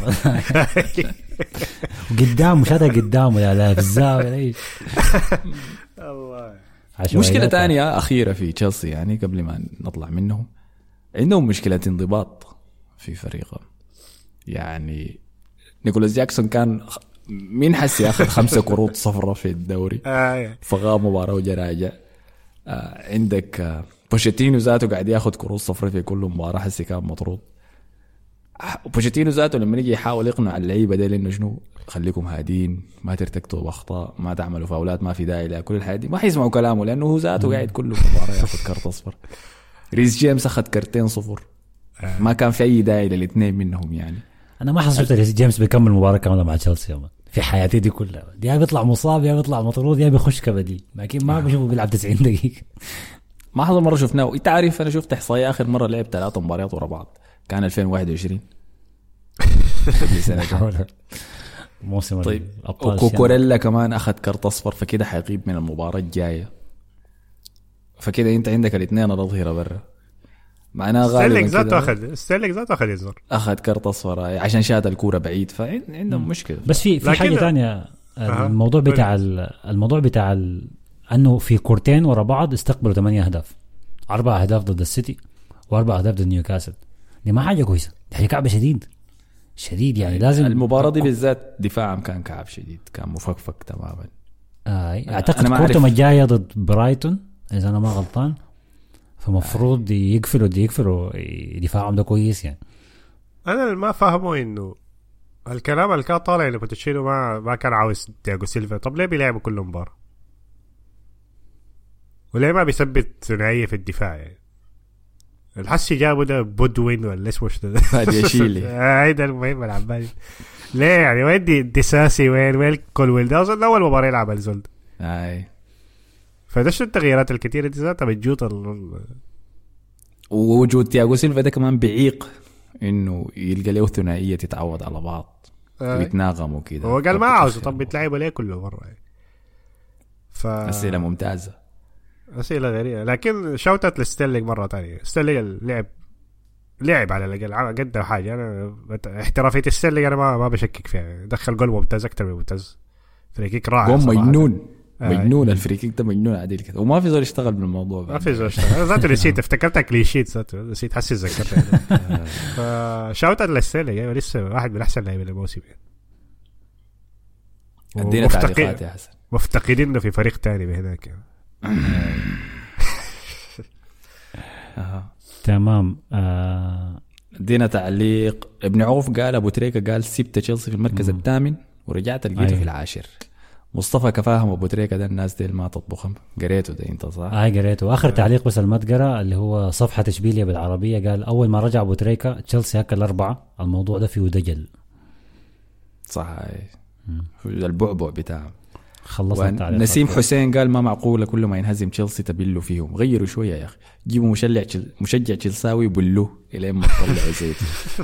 قدام شاته قدامه يا لا في الزاوية ليش. الله. مشكلة تانية أخيرة في تشيلسي يعني قبل ما نطلع منهم عندهم مشكلة انضباط في فريقهم يعني. نيكولاس جاكسون كان مين حس ياخذ خمسة كروت صفرة في الدوري فغاب مباراة وجراجع. آه عندك آه بوشيتينو ذاته قاعد ياخذ كروت صفرة في كل مباراة حسي كان مطرود. بوشيتينو ذاته لما يجي يحاول يقنع اللعيبة ده لأنه شنو خليكم هادين ما ترتكتوا بأخطاء ما تعملوا فاولات ما في داعي لكل الحاجات دي ما حيسمعوا كلامه لأنه هو ذاته قاعد كله مباراة ياخذ كرت أصفر. ريس جيمس أخذ كرتين صفر ما كان في أي داعي للاثنين منهم يعني. أنا ما حسيت ريس جيمس بيكمل مباراة كاملة مع تشيلسي في حياتي دي كلها. يا بيطلع مصاب يا بيطلع مطرود يا بيخش كبديل لكن ما بشوفه بيلعب تسعين دقيقة. ما حضر مرة شفناه. انت عارف انا شفت احصائيه اخر مرة لعب ثلاث مباريات ورا بعض كان ألفين وواحد وعشرين موسم طيب الابطال. وكوكوريلا كمان اخذ كرت اصفر، فكده حيغيب من المباراه الجايه، فكده انت عندك الاثنين الاظهره برا. معناه ستيرلينج غالبا ذاته كده اخذ ستيرلينج ذاته اخذ يزور اخذ كرت اصفر عشان شات الكوره بعيد، فعندهم مشكله. بس في في لكن- حاجه تانية، أها. الموضوع بتاع ال- الموضوع بتاع ال- انه في كورتين ورا بعض استقبلوا ثمانية اهداف، اربع اهداف ضد السيتي واربع اهداف ضد نيوكاسل. دي ما حاجه كويسه، دي حاجه كعبه شديد شديد يعني. لازم المباراه دي بالذات دفاعهم كان كعب شديد، كان مفكفك تماما. آه أنا اعتقد ما كورتهم أعرف. الجايه ضد برايتون اذا انا ما غلطان، فمفروض يقفلوا دي يقفلوا دفاعهم ده كويس يعني. انا اللي ما فاهمه انه الكلام اللي كان طالع اللي بوتشينو ما ما كان عاوز تياغو سيلفا. طب ليه بيلعبوا كل مباراه؟ وليه ما بيثبت ثنائيه في الدفاع يعني؟ الحسي جابوا ده بودوين ولا اسمه شنو ده؟ فادي شيلي. هيدا المهم العبالي. ليه يعني؟ وين دي ديساسي؟ وين وين كولويل ده؟ اظن اول مباراه يلعب الزول. اي فده شو التغييرات الكثيره دي ذاتها بتجوط ال... ووجود تياغو سيلفا ده كمان بعيق انه يلقى له ثنائيه تتعود على بعض آه. ويتناغموا كده. هو قال ما عاوز. طب بتلعبوا ليه كل مره يعني؟ ف اسئله ممتازه. اسئله غريبه. لكن شوتت لستيرلينج مره تانية. ستيرلينج لعب لعب على الاقل قد حاجه. انا احترافيه ستيرلينج انا ما ما بشكك فيها. دخل جول ممتاز اكثر من ممتاز. فريكيك رائع قوم صراحة. مجنون آه. مجنون الفريكيك ده مجنون عديل كده، وما في زول يشتغل بالموضوع. ما في زول اشتغل. انا ذاته نسيت افتكرتها كليشيت ذاته نسيت حسي ذكرتها. فشوتت لستيرلينج يعني لسه واحد من احسن لاعبين الموسم يعني. ادينا ومفتقد- تعليقات يا حسن. مفتقدينه في فريق تاني بهناك يعني. أها. تمام. آه ادينا تعليق. ابن عوف قال ابو تريكه قال سبت تشيلسي في المركز مم. الثامن ورجعت لقيته أيوة. في العاشر. مصطفى كفاهم ابو تريكه ده الناس دي ما تطبخهم. قريته ده انت صح؟ هاي قريته. واخر تعليق بس المتقرة اللي هو صفحة اشبيليا بالعربية، قال اول ما رجع ابو تريكة تشيلسي هكا الاربعة. الموضوع ده فيه دجل صح. هاي. البعبع بتاعه. خلصنا التعليق. نسيم حسين قال ما معقوله كل ما ينهزم تشيلسي تبلوا فيهم، غيروا شويه يا اخي، جيبوا مشجع مشجع تشيلساوي بلوه الين ما تطلع زيت.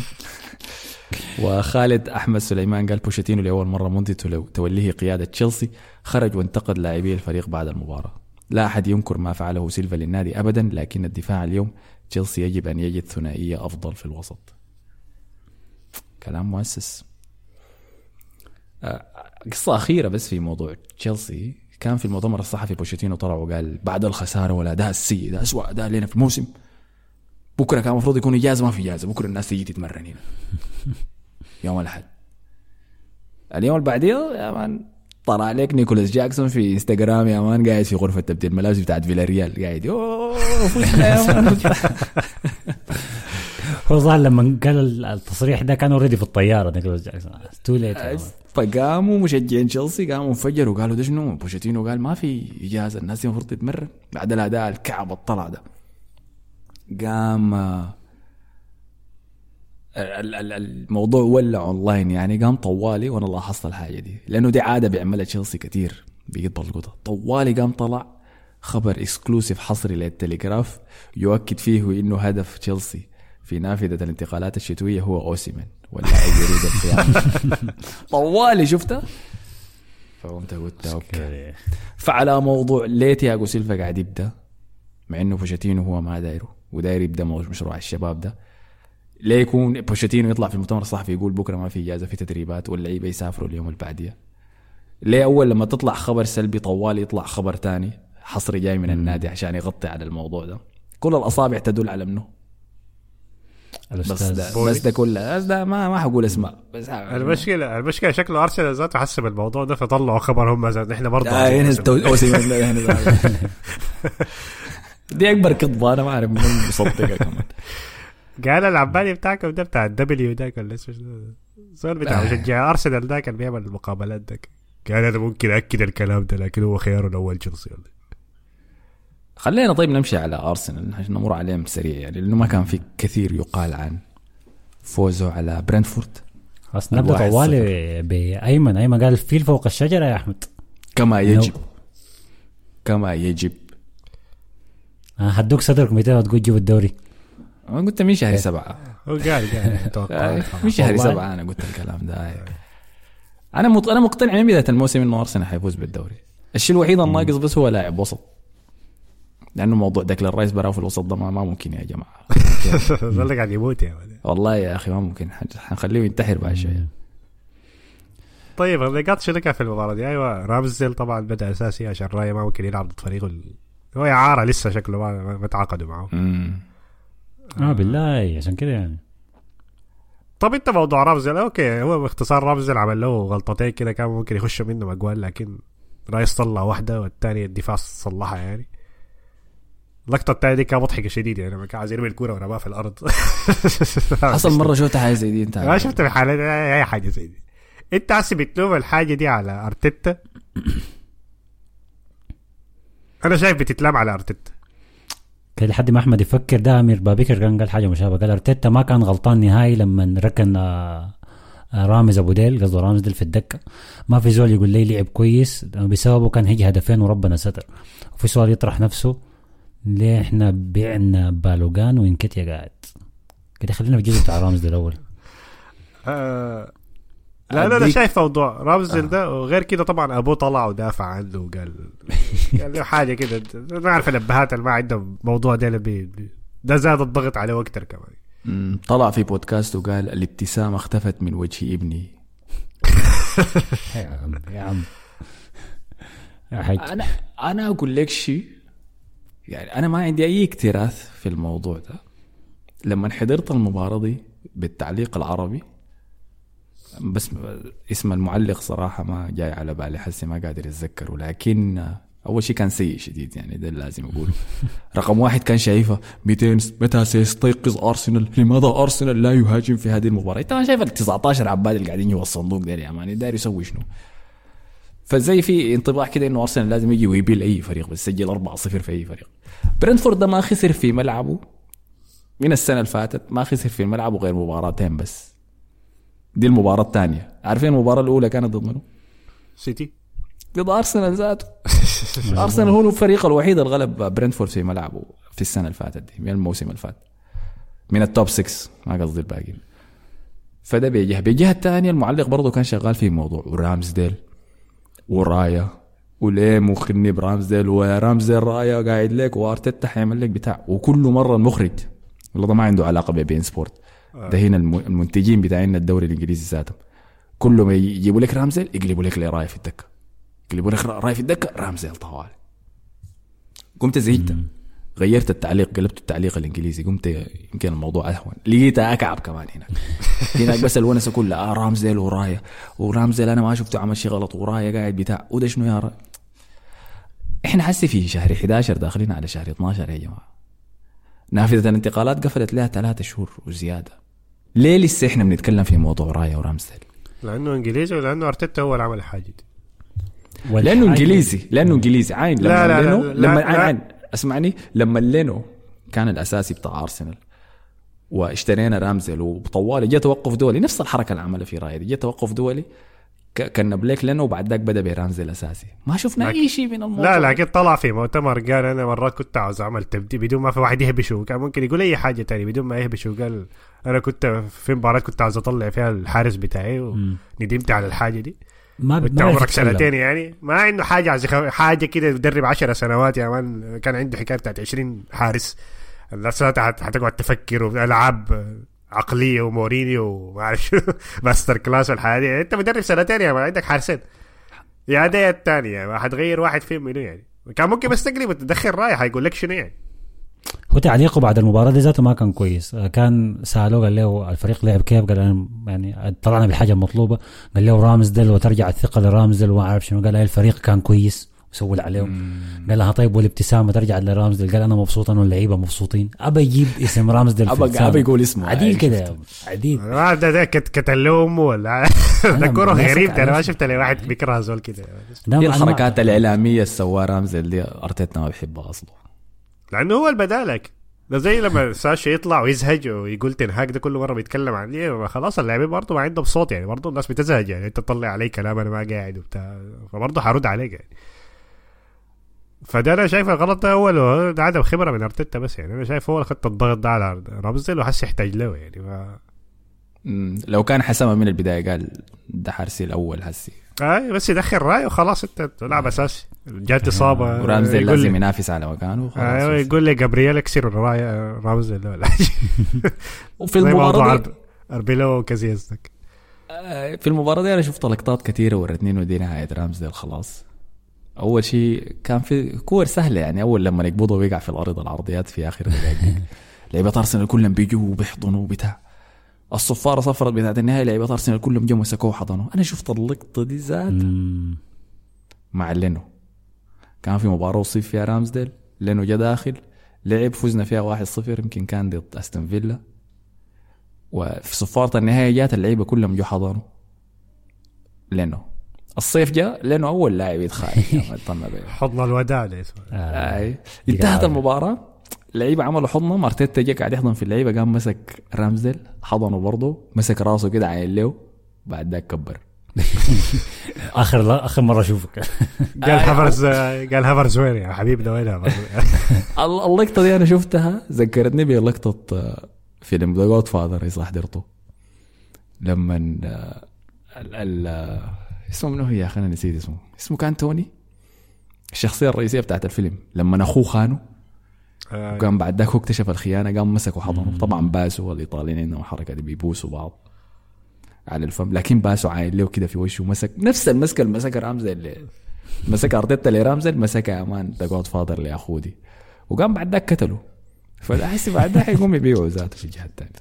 وخالد احمد سليمان قال بوشيتينو لاول مره منذ توليه قياده تشيلسي خرج وانتقد لاعبي الفريق بعد المباراه. لا احد ينكر ما فعله سيلفا للنادي ابدا، لكن الدفاع اليوم تشيلسي يجب ان يجد ثنائيه افضل في الوسط. كلام مؤسس. قصة أخيرة بس في موضوع تشيلسي. كان في المؤتمر الصحفي بوشيتينو طلع وقال بعد الخسارة والأداء السيء ده أسوأ أداء لنا في الموسم، بكرة كان المفروض يكون إجازة، ما في إجازة، بكرة الناس تيجي تتمرن هنا يوم الأحد. اليوم اللي بعديه يا مان طلع عليك نيكولاس جاكسون في انستغرام يا مان قاعد في غرفة تبديل الملابس بتاعت فيلاريال قاعد يوه يا مان. هو ظهر لما قال التصريح ده كان اوريدي في الطيارة نيكولاس جاكسون. تو ليت. فقاموا مشجعين تشيلسي قاموا انفجروا وقالوا ده شنو؟ بوشيتينو قال ما في اجازه، الناس المفروض تتمرن بعد الاداء الكعب الطلع ده. قام الموضوع ولع اونلاين يعني. قام طوالي وانا لاحظت الحاجه دي لانه دي عاده بيعملها تشيلسي كتير بيقط بالقطه. طوالي قام طلع خبر اكسكلوسيف حصري للتليجراف يؤكد فيه انه هدف تشيلسي في نافذه الانتقالات الشتويه هو اوسيمن واللاعب يريد القيام. طوالي شفته فقمت قلت اوكي. فعلى موضوع ليه تياغو سيلفا قاعد يبدا مع انه بوشيتينو هو ما دايره وداير يبدا مشروع الشباب ده، ليه يكون بوشيتينو يطلع في المؤتمر الصحفي يقول بكره ما في اجازه في تدريبات واللعيبه يسافروا اليوم اللي بعديه؟ ليه اول لما تطلع خبر سلبي طوالي يطلع خبر تاني حصري جاي من النادي عشان يغطي على الموضوع ده؟ كل الاصابع تدل على منه. بس ده بس ده كله بس ده ما ما حقول اسماء. بس المشكله المشكله شكله ارسنال ذاته حسب الموضوع ده فطلعوا خبر هم ذات احنا برضه دي اكبر كذبه انا ما اعرف من مصدقها كمان. قال العبالي بتاعكم ده بتاع الدبليو ده ولا اسمه السؤال بتاع مشجع ارسنال ده كان بيعمل المقابلات ده قال انا ممكن اكد الكلام ده لكن هو خياره الاول تشيلسي. خلينا طيب نمشي على أرسنال عشان نمر عليهم سريع يعني لأنه ما كان في كثير يقال عن فوزه على برنتفورد. بس نبدأ طوالي بأيمن. أيمن قال الفيل فوق الشجرة يا أحمد كما يجب كما يجب. هدوك صدرك متى وتقول جيب الدوري؟ أنا قلت من شهر سبعة. هو قال قال من شهر سبعة أنا قلت الكلام ده. انا مط... انا مقتنع من بدايه الموسم انه ارسنال حيفوز بالدوري. الشيء الوحيد الناقص بس هو لاعب وسط، لانه موضوع داكلان رايس براو في الوسط ده ما, ما ممكن يا جماعه. ظل قاعد يموت يا ولد. والله يا اخي ما ممكن، حنخليه ينتحر بعد شويه. طيب النقاط شنو كان في المباراه دي؟ ايوه رامزديل طبعا بدا اساسي عشان راي ما ممكن يلعب ضد فريقه ال... هو اعاره لسه شكله ما, ما تعاقدوا معه. امم اه بالله عشان كده يعني. طب انت موضوع رامزديل اوكي، هو باختصار رامزديل عمل له غلطتين كده كان ممكن يخش منه اجوال، لكن رايس طلع واحده والثانيه الدفاع صلحها يعني. اللقطه الثانيه دي كانت مضحكه شديد يعني، كان عايز يرمي الكوره ورماها في الارض. حصل مره شفت حاجه زي دي انت؟ ما شفت في حالات اي حاجه زي دي. انت عسي بتلوم الحاجه دي على ارتيتا؟ انا شايف بتتلام على ارتيتا كده لحد ما احمد يفكر. ده امير بابكر كان قال حاجه مشابهه، قال ارتيتا ما كان غلطان نهائي لما ركن رامز ابو ديل، قصده رامز ديل في الدكه. ما في زول يقول لي لعب كويس بسببه كان هيجي هدفين وربنا ستر. وفي سؤال يطرح نفسه، ليه احنا بعنا بالوغان وينكتيا قاعد كده؟ خلينا في الجزء بتاع رامز ديل الاول. آه لا لا انا شايف موضوع رامزديل آه. ده وغير كده طبعا ابوه طلع ودافع عنه وقال قال له حاجه كده. انا عارف الابهات اللي ما عندهم موضوع ده بي ده زاد الضغط عليه اكتر كمان. طلع في بودكاست وقال الابتسامه اختفت من وجه ابني. يا عم يا عم يا حاج، انا انا اقول لك شيء يعني، انا ما عندي اي اكتراث في الموضوع ده. لما حضرت المباراه دي بالتعليق العربي، بس اسم المعلق صراحة ما جاي على بالي، حسي ما قادر يتذكره، لكن أول شيء كان سيء شديد يعني، ده لازم أقول. رقم واحد كان شايفه مئتين متى سيستيقظ أرسنال؟ لماذا أرسنال لا يهاجم في هذه المباراة؟ أنت ما شايف ال تسعة عشر عباد اللي قاعدين جوا الصندوق ده يا مان، داير يسوي شنو؟ فزي في انطباع كده إنه أرسنال لازم يجي ويبيل أي فريق، بس سجل أربعة صفر في أي فريق. برنتفورد ده ما خسر في ملعبه من السنة اللي فاتت، ما خسر في ملعبه غير مباراتين بس. دي المباراة الثانية. عارفين المباراة الأولى كانت ضد منو؟ سيتي، ضد أرسنال ذاته. أرسنال هو الفريق الوحيد اللي غلب برنتفورد في ملعبه في السنة اللي فاتت دي، من الموسم اللي فات، من التوب ستة، ما قصدي الباقيين. فده بيجه بيجه الثانية. المعلق برضو كان شغال في موضوع ورامزديل ورايا وليه مخني برامزديل ورامزديل رايا قاعد لك وارتيتا حيعمل لك بتاع، وكل مرة المخرج والله ده ما عنده علاقة ببين سبورت، ده هنا المنتجين بتاعين الدوري الانجليزي ذاتهم كل ما يجيبوا لك رامزيل يقلبوا لك راي في الدكه، يقلبوا لك راي في الدكه رامزيل طوال. قمت زهقت غيرت التعليق، قلبت التعليق الانجليزي، قمت يمكن الموضوع اهون، لقيتها اكعب كمان هناك. هناك بس الونسه كلها اه رامزيل ورايا ورامزيل انا ما شفته عمل شيء غلط ورايا قاعد بتاع وده شنو يا راي. احنا حسي في شهر إحدى عشر داخلين على شهر اثنا عشر يا جماعه، نافذة الانتقالات قفلت لها ثلاثة شهور وزيادة. ليه لسه احنا بنتكلم في موضوع رايا ورامزديل؟ لأنه إنجليزي ولا لأنه أرتيتا هو اللي عمل الحاجة دي؟ لأنه إنجليزي، لأنه إنجليزي عين. لما لا لا لينو لا لما لا عين, عين اسمعني، لما لينو كان الأساسي بتاع أرسنال واشترينا رامزديل وطوالي جاء توقف دولي، نفس الحركة اللي عملها في رايا دي، جاء توقف دولي كان بليك لينو وبعد ذاك بدأ برامزديل الأساسي. ما شفنا أي شيء من الموضوع. لا لكن طلع في مؤتمر قال أنا مرات كنت عاوز أعمل تبديل بدون ما في واحد يهبشه، كان ممكن يقول أي حاجة تانية بدون ما يهبشه. قال أنا كنت في مباراة كنت عاوز أطلع فيها الحارس بتاعي وندمت على الحاجة دي. ما انت عمرك سنتين يعني ما عنده حاجة عايز حاجة كده يدرب عشر سنوات يا مان، كان عنده حكاية بتاعت عشرين حارس. الناس هتقعد تفكر وألعاب عقلية ومورينيو وما أعرف شو ماستر كلاس والحاجة. أنت مدرب سنتين يا ما عندك حارسين يا ده الثانية هتغير واحد فيهم منو يعني؟ كان ممكن بس تقلب وتدخل رايح هيقول لك شنو يعني. هو تعليقه بعد المباراة دي ذاته ما كان كويس. كان سألوه قال له الفريق لعب كيف؟ قال أنا يعني طلعنا بالحاجة المطلوبة. قال له رامزديل وترجع الثقة لرامزديل وما أعرف شنو. قال الفريق كان كويس وسوي عليه. قال لها طيب والابتسامة ترجع لرامزديل. قال أنا مبسوط أنا واللعيبة مبسوطين. أبى يجيب اسم رامزديل أبى أبى يقول اسمه عديل كده عديل. ده ده كتلوم ولا ده كورة غريب. أنا ما شفت لي واحد بيكره زول كده. دي الحركات الإعلامية السوا رامزديل دي أرتيتا ما بيحبها أصلا، لأنه هو البدالك. ده زي لما ساشا يطلع ويزهج ويقول تنهاك ده كل مرة بيتكلم عن ليه خلاص اللاعبين برضه ما عندهم صوت يعني، برضه الناس بتزهج يعني. انت تطلع علي كلام انا ما قاعد وبتاع فبرضه حرد عليك يعني. فده انا شايف الغلط ده هو ده عدم خبرة من ارتيتا بس يعني. انا شايف هو اللي خد الضغط ده على رامزديل وحس يحتاج له يعني. ف... لو كان حسمها من البدايه قال ده حارسي الاول هسي اي بس يدخل راي وخلاص انت تلعب اساسي جات اصابه ورامزديل لازم ينافس على مكانه وخلاص. ايوه يقول لي جابرييل اكسر الراي رامزديل ولا وفي المباراه دي اربيلو كازيزك في المباراه دي انا شفت لقطات كثيره ورتني انه دي نهايه رامزديل خلاص. اول شيء كان في كور سهله يعني اول لما يقبضوا ويقع في الارض العرضيات في اخر دقائق لعيبه ارسنال كلهم بيجوا وبيحضنوا بتاع الصفاره صفرت بتاعت النهايه لعيبه ارسنال كلهم جم مسكوه وحضنوا. انا شفت اللقطه دي ذات مع لينو كان في مباراه وصيف فيها رامزديل لينو جا داخل لعب فزنا فيها واحد صفر يمكن كان ضد استون فيلا وفي صفاره النهايه جات اللعيبه كلهم جو حضنوا لينو. الصيف جاء لأنه أول لاعب يتخانق حضن الوداع ليس آه. انتهت المباراة لعيبة عملوا حضنه مارتيتا جاء قاعد يحضن في اللعيبة قام مسك رامزديل حضنه برضه مسك راسه كده عين له بعد ذاك كبر آخر لا آخر مرة أشوفك قال هافرز قال هافرز وين يا حبيبنا وين هافرز. اللقطة دي أنا شفتها ذكرتني بلقطة فيلم ذا جود فاذر إذا حضرته لما ال ال اسمه منه هي خلينا نسيت اسمه اسمه كان توني الشخصية الرئيسية بتاعت الفيلم لما أخوه خانه آه وكان بعد ذاك هو اكتشف الخيانة قام مسك وحضنه. طبعا باسوا الإيطاليين إنه حركة دي بيبوسوا بعض على الفم لكن باسوا عاين له كده في وشه ومسك نفس المسكة المسك رامزديل اللي مسك أرتيتا لرامزديل مسك أمان ذا جود فاذر لأخوه دي وقام بعد ذاك قتله فأحس بعد ذاك يقوم يبيعوا ذاته في الجهة الثانية.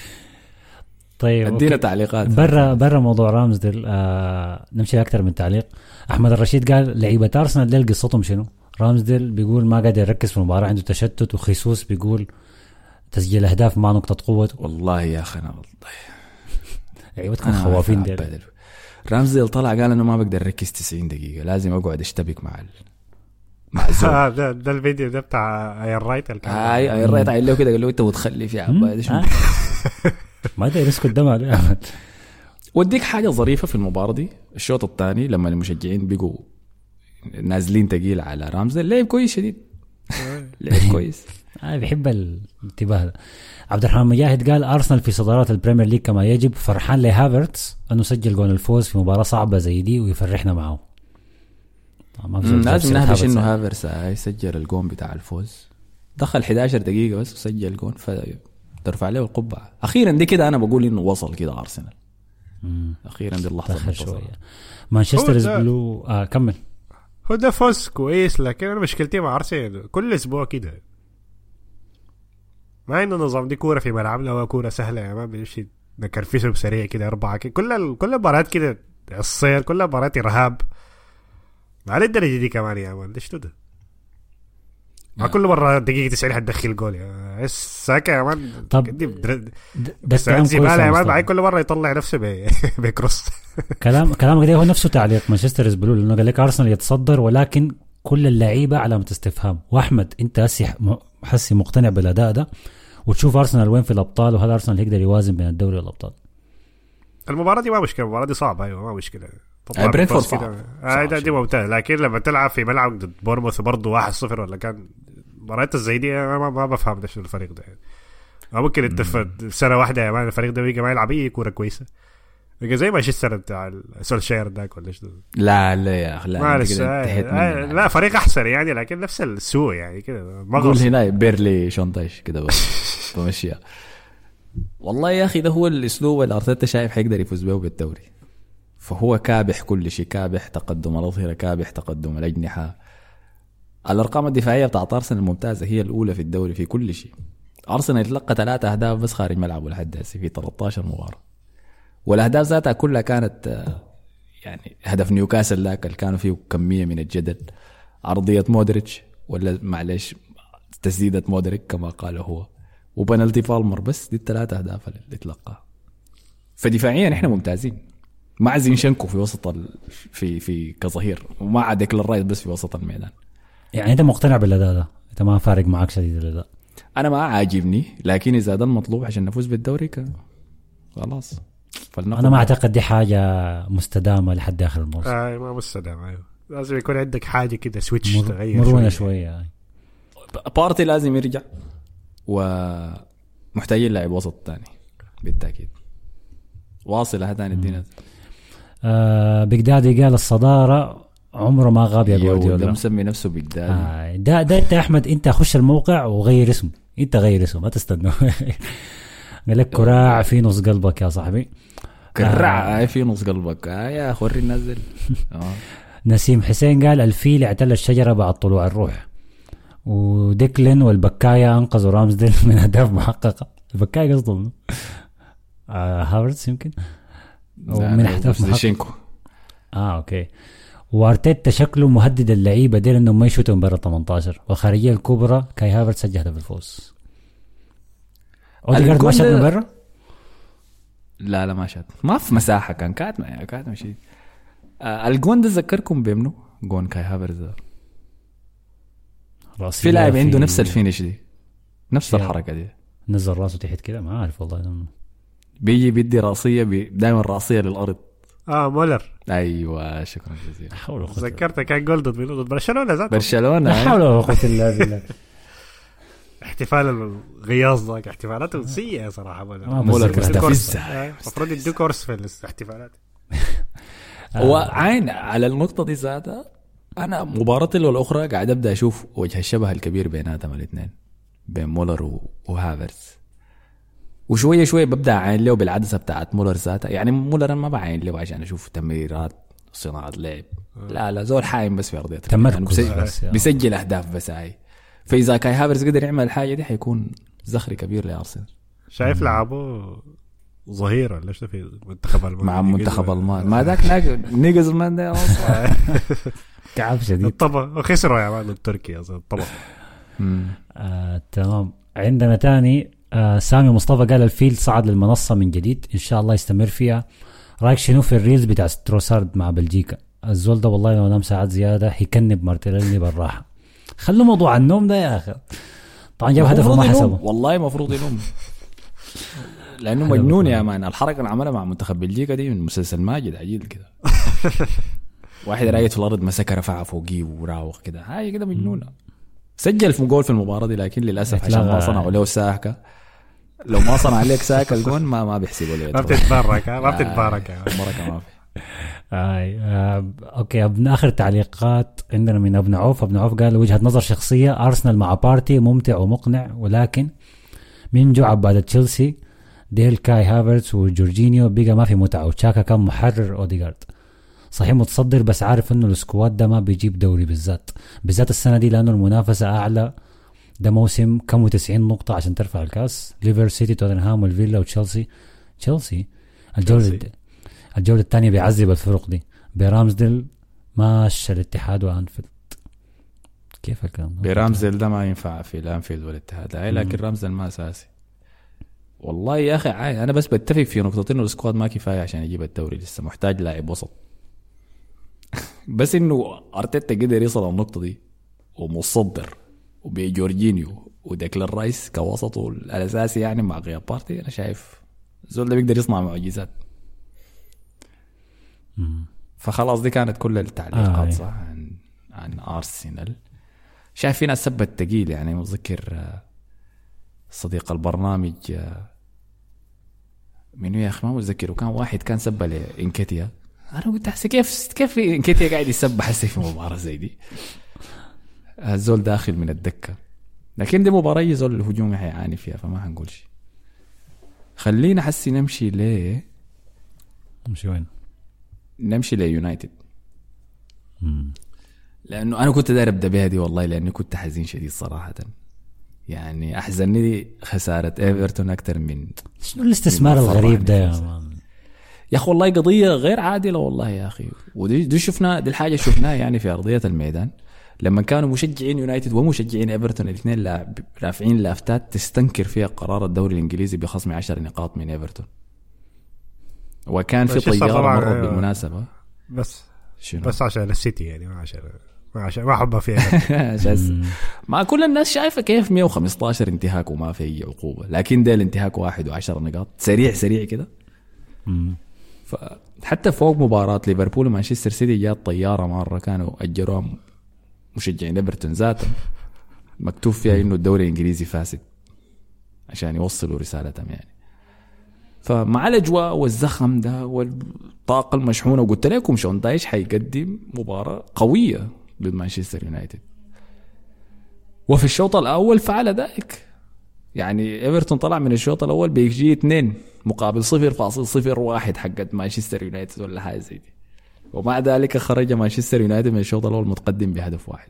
طيب ادينا تعليقات برا برا موضوع رامزديل. آه نمشي اكثر من تعليق. احمد الرشيد قال لعيبه ارسنال ديل قصتهم شنو؟ رامزديل بيقول ما قادر يركز في المباراه عنده تشتت وخيسوس بيقول تسجيل اهداف مع نقطه قوته. والله يا اخي انا والله لعيبتكم خوافين ديل. رامزديل طلع قال انه ما بقدر اركز تسعين دقيقه لازم اقعد اشتبك مع ال... مع الزول. ده ده الفيديو ده بتاع اير رايت الكلام اي اير رايت قال له كده قال له انت متخلف يا عباد شو ما يقدر يسكت دم عليه أحمد. وديك حاجة ظريفة في المباراة دي الشوط الثاني لما المشجعين بيقوا نازلين تقيل على رامزديل لعب كويس شديد لعب كويس أنا بيحب الانتباه ده. عبد الرحمن مجاهد قال أرسنال في صدارات البريمير ليج كما يجب فرحان لهافرتس أنه سجل جون الفوز في مباراة صعبة زي دي ويفرحنا معه. لازم نهدش إنه هافرتس يسجل الجون بتاع الفوز دخل إحدى عشرة دقيقة بس وسجل جون ف ترفع له القبعة أخيرا دي كده أنا بقول إنه وصل كده أرسنال أخيرا دي اللحظة شوية. مانشستر بلو آه كمل. هو ده فوز كويس لكن أنا مشكلتي مع أرسنال كل أسبوع كده ما إنه نظام دي كورة في ملعبنا وكورة سهلة يعني ما بيمشي نكرفسه بسريع كده أربعة كده كل كل مباريات كده الصير كل مباريات رهاب على الدرجة دي كمان يا مان ليش ده ما كل مرة دقيقة تسعين حتدخل جول يا ساكا يا مان. طب ده كلام كويس يا مان كل مرة يطلع نفسه بكروس. كلام كلامك ده هو نفسه تعليق مانشستر يزبلوا لأنه قال لك أرسنال يتصدر ولكن كل اللعيبة علامة استفهام. وأحمد أنت هسي حسي مقتنع بالأداء ده وتشوف أرسنال وين في الأبطال وهل أرسنال يقدر يوازن بين الدوري والأبطال؟ المباراة دي ما مشكلة المباراة دي صعبة أيوة ما مشكلة برينفورد صعب هذا دي ممتاز لكن لما تلعب في ملعب ضد بورموث برضه واحد صفر ولا كان مباريات زي دي ما, ما بفهم ده شو الفريق ده يعني. ممكن انت في سنه واحده يا مان الفريق ده بيجي ما يلعب اي كوره كويسه بيجي زي ما مانشستر بتاع سولشاير داك ولا شو. لا لا يا اخي لا لا, لا فريق احسن يعني لكن نفس السوء يعني كده قول هنا بيرلي شونتاش كده بس بمشيها. والله يا اخي ده هو الاسلوب اللي ارتيتا شايف حيقدر يفوز به بالدوري فهو كابح كل شيء كابح تقدم الاظهره كابح تقدم الاجنحه. الارقام الدفاعيه بتاعت ارسنال الممتازه هي الاولى في الدوري في كل شيء. ارسنال يتلقى ثلاثة اهداف بس خارج ملعبه لحد هسه في ثلاثة عشر مباراه والاهداف ذاتها كلها كانت يعني هدف نيوكاسل ذاك اللي كانوا فيه كميه من الجدل عرضيه مودريتش ولا معلش تسديده مودريك كما قال هو وبنالتي فالمر بس دي الثلاثه اهداف اللي تلقاها. فدفاعيا احنا ممتازين مع زينشنكو في وسط ال... في في كظهير ومع ديكلان رايس بس في وسط الميدان. يعني انت مقتنع بالاداء ده انت ما فارق معك شديد الاداء؟ انا ما عاجبني لكن اذا ده المطلوب عشان نفوز بالدوري ك... خلاص انا ما اعتقد دي حاجه مستدامه لحد اخر الموسم. اي ما مستدامه ايوه لازم يكون عندك حاجه كده سويتش مر... تغير مرونه شويه يعني. بارتي لازم يرجع ومحتاجين لاعب وسط ثاني بالتاكيد. واصله هتاني الدين. آه بغدادي قال الصداره عمره ما غاب يا جوارديولا. ده مسمي نفسه بغدادي. آه ده ده انت يا احمد انت خش الموقع وغير اسمه، انت غير اسمه ما تستنى. قال لك كراع في نص قلبك يا صاحبي. كراع آه في نص قلبك آه يا خوري نزل. آه. نسيم حسين قال الفيل اعتل الشجره بعد طلوع الروح. وديكلين والبكاية انقذوا رامزديل من اهداف محققه. البكاية قصده آه هافرتس يمكن ومن اهداف محققه. اه اوكي. وارتيتا شكله مهدد اللعيبه ديل انهم ما يشوتوا من برا ثمانية عشر. والخارجيه الكبرى كاي هافرتس سجل هدف الفوز. اوديجارد ما شات من برا؟ لا لا ما شات، ما في مساحه، كان كاتمه يا كاتمه شيء. آه الجون ده ذكركم بمنه جون كاي هافرتس. في لاعب عنده نفس الفينش دي، نفس الحركه دي، نزل راسه تحت كده ما عارف والله. بيجي بيدي راسيه بي دائما راسيه للارض. اه مولر. ايوه شكرا جزيلا. ذكرتك كان جول ضد ضد برشلونه ذاته. برشلونه لا حول ولا قوه الا بالله. احتفال الغياظ ذاك احتفالاته سيئه صراحه. مولر مستفزه، المفروض يدوا كورس في الاحتفالات. وعين على النقطه دي ذاتها انا مباراتي الاخرى قاعد ابدا اشوف وجه الشبه الكبير بيناتهم الاثنين، بين مولر وهافرتس. وشويه شويه ببدا اعين له بالعدسه بتاعت مولر ذاتها. يعني مولر ما بعين له عشان اشوف تمريرات صناعه لعب، لا لا زول حايم بس في ارضيه يعني بسجل, بيسجل اهداف بس هاي. فاذا كاي هافرتس قدر يعمل الحاجه دي حيكون زخري كبير لارسنال. شايف لعبه ظهير ولا شو في منتخب المال مع منتخب المال ما ذاك نيجز مان ده كعب شديد. الطبق وخسروا يا مان التركي اظن الطبق. آه، تمام. عندنا تاني آه، سامي مصطفى قال الفيل صعد للمنصة من جديد إن شاء الله يستمر فيها. رايك شنو في الريلز بتاع ستروسارد مع بلجيكا؟ الزول ده والله لو نام ساعات زيادة هيكنب مارتينيلي بالراحة. خلوا موضوع النوم ده يا أخي. طبعا جاب هدف وما حسبه. والله مفروض ينوم لأنه مجنون يا مان. الحركة اللي عملها مع منتخب بلجيكا دي من مسلسل ماجد عجيل كده. واحد رايت في الأرض مسك رفعها فوقيه وراوغ كده، هاي كده مجنونة. سجل في جول في المباراة دي لكن للأسف عشان ما صنعوا له ساكة. لو ما صنع عليك ساكة الجون ما ما بيحسبوا له. ما بتتبارك ما بتتبارك بركة ما في. آه آه اوكي. ابن اخر تعليقات عندنا من ابن عوف. ابن عوف قال وجهة نظر شخصية ارسنال مع بارتي ممتع ومقنع، ولكن من جو عبادة تشيلسي ديل كاي هافرتس وجورجينيو بقى ما في متعة، وتشاكا كان محرر اوديغارد. صحيح متصدر بس عارف انه السكواد ده ما بيجيب دوري بالذات بالذات السنة دي لانه المنافسة اعلى. ده موسم كم وتسعين نقطة عشان ترفع الكاس. ليفر سيتي توتنهام والفيلا وتشيلسي. تشيلسي الجولة الجولة الثانية بيعذب الفرق دي. برامزديل ماشى الاتحاد وانفيلد. كيف الكلام ده؟ برامزديل ده ما ينفع في الانفيلد والاتحاد هاي، لكن رامزديل ما اساسي. والله يا اخي عاي. انا بس بتفق في نقطتين انه السكواد ما كفاية عشان يجيب الدوري، لسه محتاج لاعب وسط. بس انه ارتيتا قدر يصل النقطة دي ومصدر وبجورجينيو وديكلان رايس كوسط الاساسي يعني مع غياب بارتي، انا شايف زول ده بيقدر يصنع معجزات. فخلاص دي كانت كل التعليقات آه صح عن عن ارسنال. شايف في ناس سبت تقيل يعني. متذكر صديق البرنامج منو يا اخي ما متذكر، وكان واحد كان سب لإنكيتيا. انا قلت هسه كيف كيف إنكيتيا قاعد يسب حسي في مباراه زي دي. الزول داخل من الدكه، لكن دي مباراه زول الهجوم حيعاني فيها فما هنقول شيء. خلينا حسي نمشي ليه نمشي وين؟ نمشي ليونايتد. لانه انا كنت داير ابدا بها دي والله، لاني كنت حزين شديد صراحه. يعني احزنني خساره ايفرتون اكثر من شنو الاستثمار الغريب ده يا مان يا اخي. والله قضيه غير عادله والله يا اخي. ودي دي شفنا دي الحاجه شفناها يعني في ارضيه الميدان لما كانوا مشجعين يونايتد ومشجعين ايفرتون الاثنين رافعين لافتات تستنكر فيها قرار الدوري الانجليزي بخصم عشر نقاط من ايفرتون. وكان في طياره مرت بالمناسبه بس شنو؟ بس عشان السيتي يعني ما عشان ما عشان ما حبها فيها. ما كل الناس شايفه كيف مية وخمستاشر انتهاك وما في اي عقوبه، لكن ده الانتهاك واحد وعشر نقاط سريع سريع كده. فحتى فوق مباراه ليفربول ومانشستر سيتي جات طياره مره كانوا اجروها مشجعين ايفرتون ذاتهم مكتوب فيها انه الدوري الانجليزي فاسد عشان يوصلوا رسالتهم يعني. فمع الاجواء والزخم ده والطاقه المشحونه، وقلت لكم شون دايش حيقدم مباراه قويه ضد مانشستر يونايتد. وفي الشوط الاول فعل ذلك، يعني ايفرتون طلع من الشوط الاول بيجي اثنين مقابل صفر فاصل صفر واحد حقت مانشستر يونايتد ولا حاجه زي دي، ومع ذلك خرج مانشستر يونايتد من الشوط الاول متقدم بهدف واحد.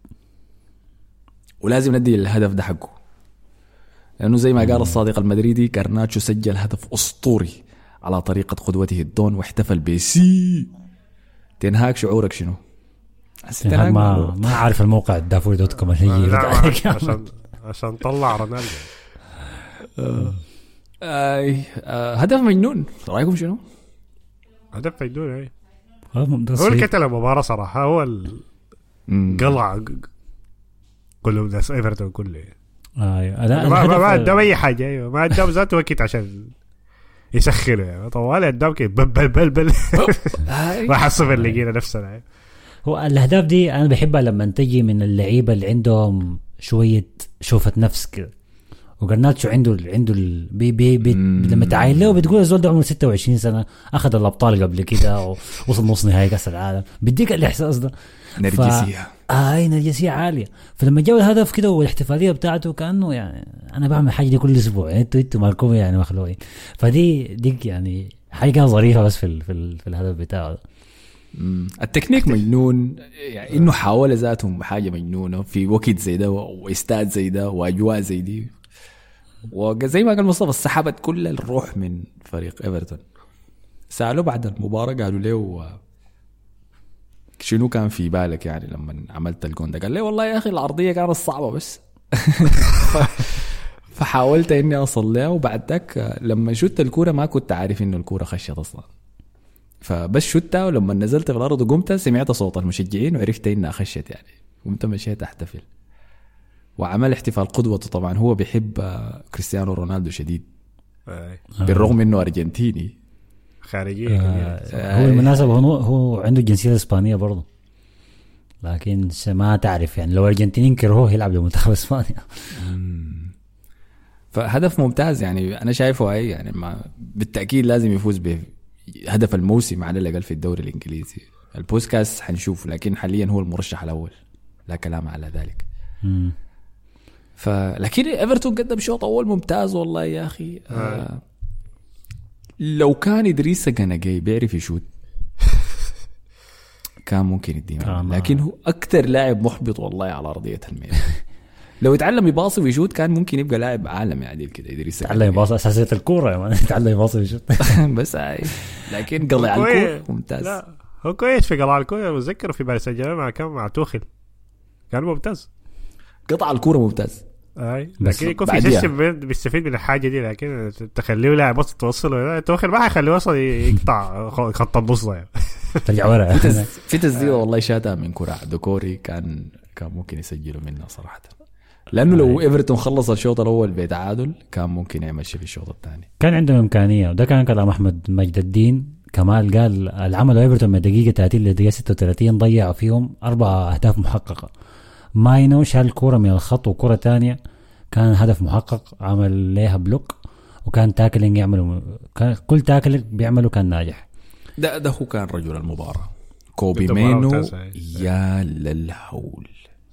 ولازم ندي الهدف ده حقه، لانه زي ما قال الصادق المدريدي كارناتشو سجل هدف اسطوري على طريقه قدوته الدون واحتفل بسي. تنهاك شعورك شنو؟ تنهاك ما ما عارف الموقع دافوري دوت كوم اللي عشان عشان طلع رونالدو. آه. آه. آه. هدف مجنون، رايكم شنو؟ هدف مجنون. اي هو اللي كتل المباراه صراحه، هو القلع كله ناس ايفرتون كله. ايوه لا ما ما قدام اي حاجه. ايوه ما قدام ذاته وقت عشان يسخنوا يعني طوال قدام كده بل بل بل ما حصف اللي جينا نفسنا. هو الاهداف دي انا بحبها لما تجي من اللعيبه اللي عندهم شويه شوفة نفس كده، وقرناتشو عنده عنده بي بي, بي لما تعاين له بتقول الزول ده عمره ستة وعشرين سنه، اخذ الابطال قبل كده ووصل نص نهائي كاس العالم، بديك الاحساس ده نرجسيه. ف... آه نرجسيه عاليه. فلما جاء الهدف كده والاحتفاليه بتاعته كانه يعني انا بعمل حاجه دي كل اسبوع، انتوا انتوا مالكم يعني مخلوقين. فدي ديك يعني حاجه ظريفه بس في ال... في, ال... في الهدف بتاعه ده. التكنيك مجنون، يعني انه حاول ذاتهم حاجه مجنونه في وقت زي ده واستاد زي ده واجواء زي دي، وزي ما قال مصطفى سحبت كل الروح من فريق ايفرتون. سألوا بعد المباراه قالوا له شنو كان في بالك يعني لما عملت الجون ده؟ قال لي والله يا اخي العرضيه كانت صعبه بس فحاولت اني اصل لها، وبعد ذاك لما شوت الكوره ما كنت عارف انه الكوره خشت اصلا، فبس شوتها ولما نزلت في الارض وقمت سمعت صوت المشجعين وعرفت انها خشت يعني، قمت مشيت احتفل. وعمل احتفال قدوته، طبعا هو بيحب كريستيانو رونالدو شديد بالرغم انه ارجنتيني خارجي. آه هو المناسبة هو هو عنده الجنسية الإسبانية برضه، لكن ما تعرف يعني لو الارجنتينيين كرهوه يلعب لمنتخب اسبانيا. فهدف ممتاز يعني انا شايفه هاي يعني ما بالتاكيد لازم يفوز بهدف الموسم على الاقل في الدوري الانجليزي. البوسكاس حنشوف، لكن حاليا هو المرشح الاول لا كلام على ذلك. مم. فلكن ايفرتون قدم شوط اول ممتاز والله يا اخي. آه لو كان ادريس جناجي بيعرف يشوت كان ممكن يدينا، لكن هو اكثر لاعب محبط والله على ارضيه الميدان. لو يتعلم يباصي ويشوت كان ممكن يبقى لاعب عالمي عادي كده. ادريس يتعلم يباصي اساسيه الكوره يا مان، يتعلم يباصي ويشوت بس هاي، لكن قلع الكوره ممتاز. لا هو كويس في قلع الكوره، متذكر في باريس سان جيرمان كان مع توخيل كان ممتاز، قطع الكوره ممتاز. اي لكن يكون في سيستم بيستفيد من الحاجه دي، لكن تخليه لاعب وسط توصله توخيل ما حيخليه وصل يقطع خط النص يعني. ترجع ورا في تسديده والله شاتها من كرة دكوري كان كان ممكن يسجلوا منها صراحه، لانه لو ايفرتون خلص الشوط الاول بتعادل كان ممكن يعمل شيء في الشوط الثاني. كان عندهم امكانيه، وده كان كلام احمد مجد الدين كمال، قال العمل ايفرتون من دقيقه ثلاثين لدقيقه ستة وثلاثين ضيعوا فيهم اربع اهداف محققه. ماينو شال كرة من الخط وكرة تانية كان هدف محقق عمل ليها بلوك، وكان تاكلينج يعملوا كل تاكلينج بيعملوا كان ناجح. ده ده هو كان رجل المباراة كوبي مينو يا للهول.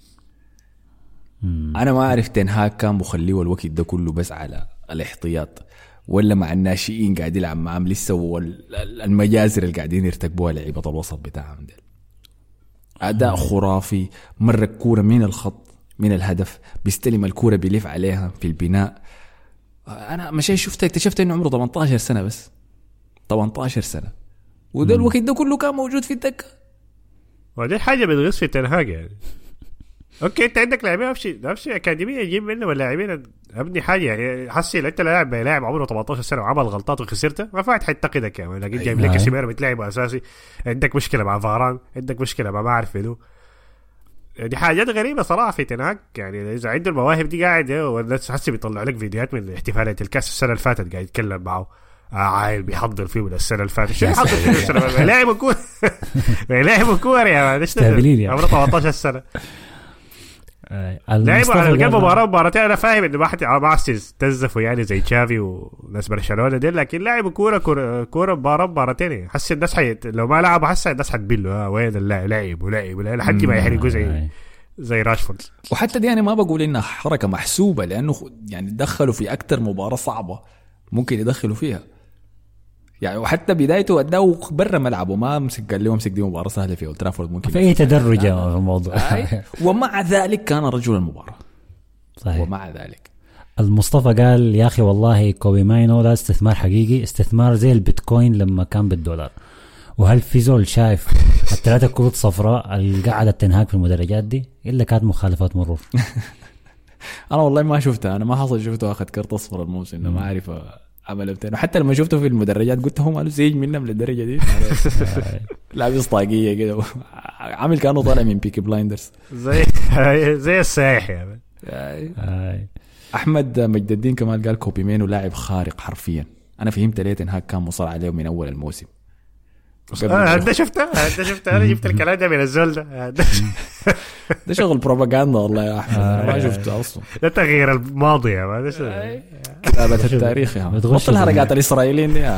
مم. أنا ما أعرف تنهاك كان مخليه الوقت ده كله بس على الاحتياط ولا مع الناشئين قاعد يلعب معهم لسه، والمجازر اللي قاعدين يرتكبوها لعيبة الوسط بتاعهم ده. أداء خرافي، مرة الكورة من الخط من الهدف، بيستلم الكورة بيلف عليها في البناء. أنا مشي شفت اكتشفت إنه عمره ثمانية عشر سنة بس، ثمانية عشر سنة، وده الوقت ده كله كان موجود في الدكة. ودي حاجة بتغيظ في التنهاج يعني. اوكي انت عندك لاعبين نفسي نفسي اكاديميه يجيب منه ولاعبين ابني حاجه يعني. حسي انت لاعب لاعب عمره ثمانية عشر سنه وعمل غلطات وخسرته ما فاعل حيتقدك يعني، لكن جايب لك كاسيميرو بتلعب اساسي، عندك مشكله مع فاران، عندك مشكله مع ما اعرف له. دي حاجات غريبه صراحه في تنهاج يعني. اذا عنده المواهب دي قاعد والناس حسي بيطلع لك فيديوهات من احتفالات الكاس السنه اللي فاتت قاعد يتكلم معه عايل بيحضر فيه من السنه اللي فاتت. شو يحضر فيه السنه؟ لاعب كوره لاعب كوره يا مان، ايش عمره ثمانية عشر سنه. لعبوا على القلب مباراة مباراتين. أنا فاهم إنه ما حد ما عايز تزفوا يعني زي تشافي وناس برشلونة دي، لكن لعبوا كورة كورة كورة مباراة مباراتين. حس الناس حي لو ما لعبوا حس الناس حتبلوا ها وين اللاعب لعب ولعب لحد ما يحرقوا زي زي راشفورد. وحتى دي أنا ما بقول إنها حركة محسوبة، لأنه يعني دخلوا في أكتر مباراة صعبة ممكن يدخلوا فيها يعني، وحتى بدايته أداوا برا ملعبه ما مسك قال لهم مسك دي مباراة سهلة في أولد ترافورد ممكن في أي تدرج في الموضوع. ومع ذلك كان رجل المباراة صحيح. ومع ذلك المصطفى قال يا أخي والله كوبي ماينو ده استثمار حقيقي، استثمار زي البيتكوين لما كان بالدولار. وهل في زول شايف الثلاثة كروت صفراء القاعدة تنهاك في المدرجات دي إلا كانت مخالفات مرور؟ أنا والله ما شفتها، أنا ما حصل شفته أخذ كرت أصفر الموسم، ما أعرف عمل بتاعه. حتى لما شفته في المدرجات قلت هم قالوا زيج منا من الدرجة دي لابس طاقية كده عامل كأنه طالع من بيكي بلايندرز زي زي السايح يعني. أحمد مجد الدين كمان قال كوبي مينو لاعب خارق حرفيا. أنا فهمت ليه تنهاك كان مصر عليه من أول الموسم. هذا شفته هذا شفته أنا جبت الكلام ده من الزول ده. ده شغل بروباغندا والله يا أحمد، ما شفته أصلا. ده تغيير الماضي يا ما ده كتابة التاريخ يا بطل هرجات الإسرائيليين دي.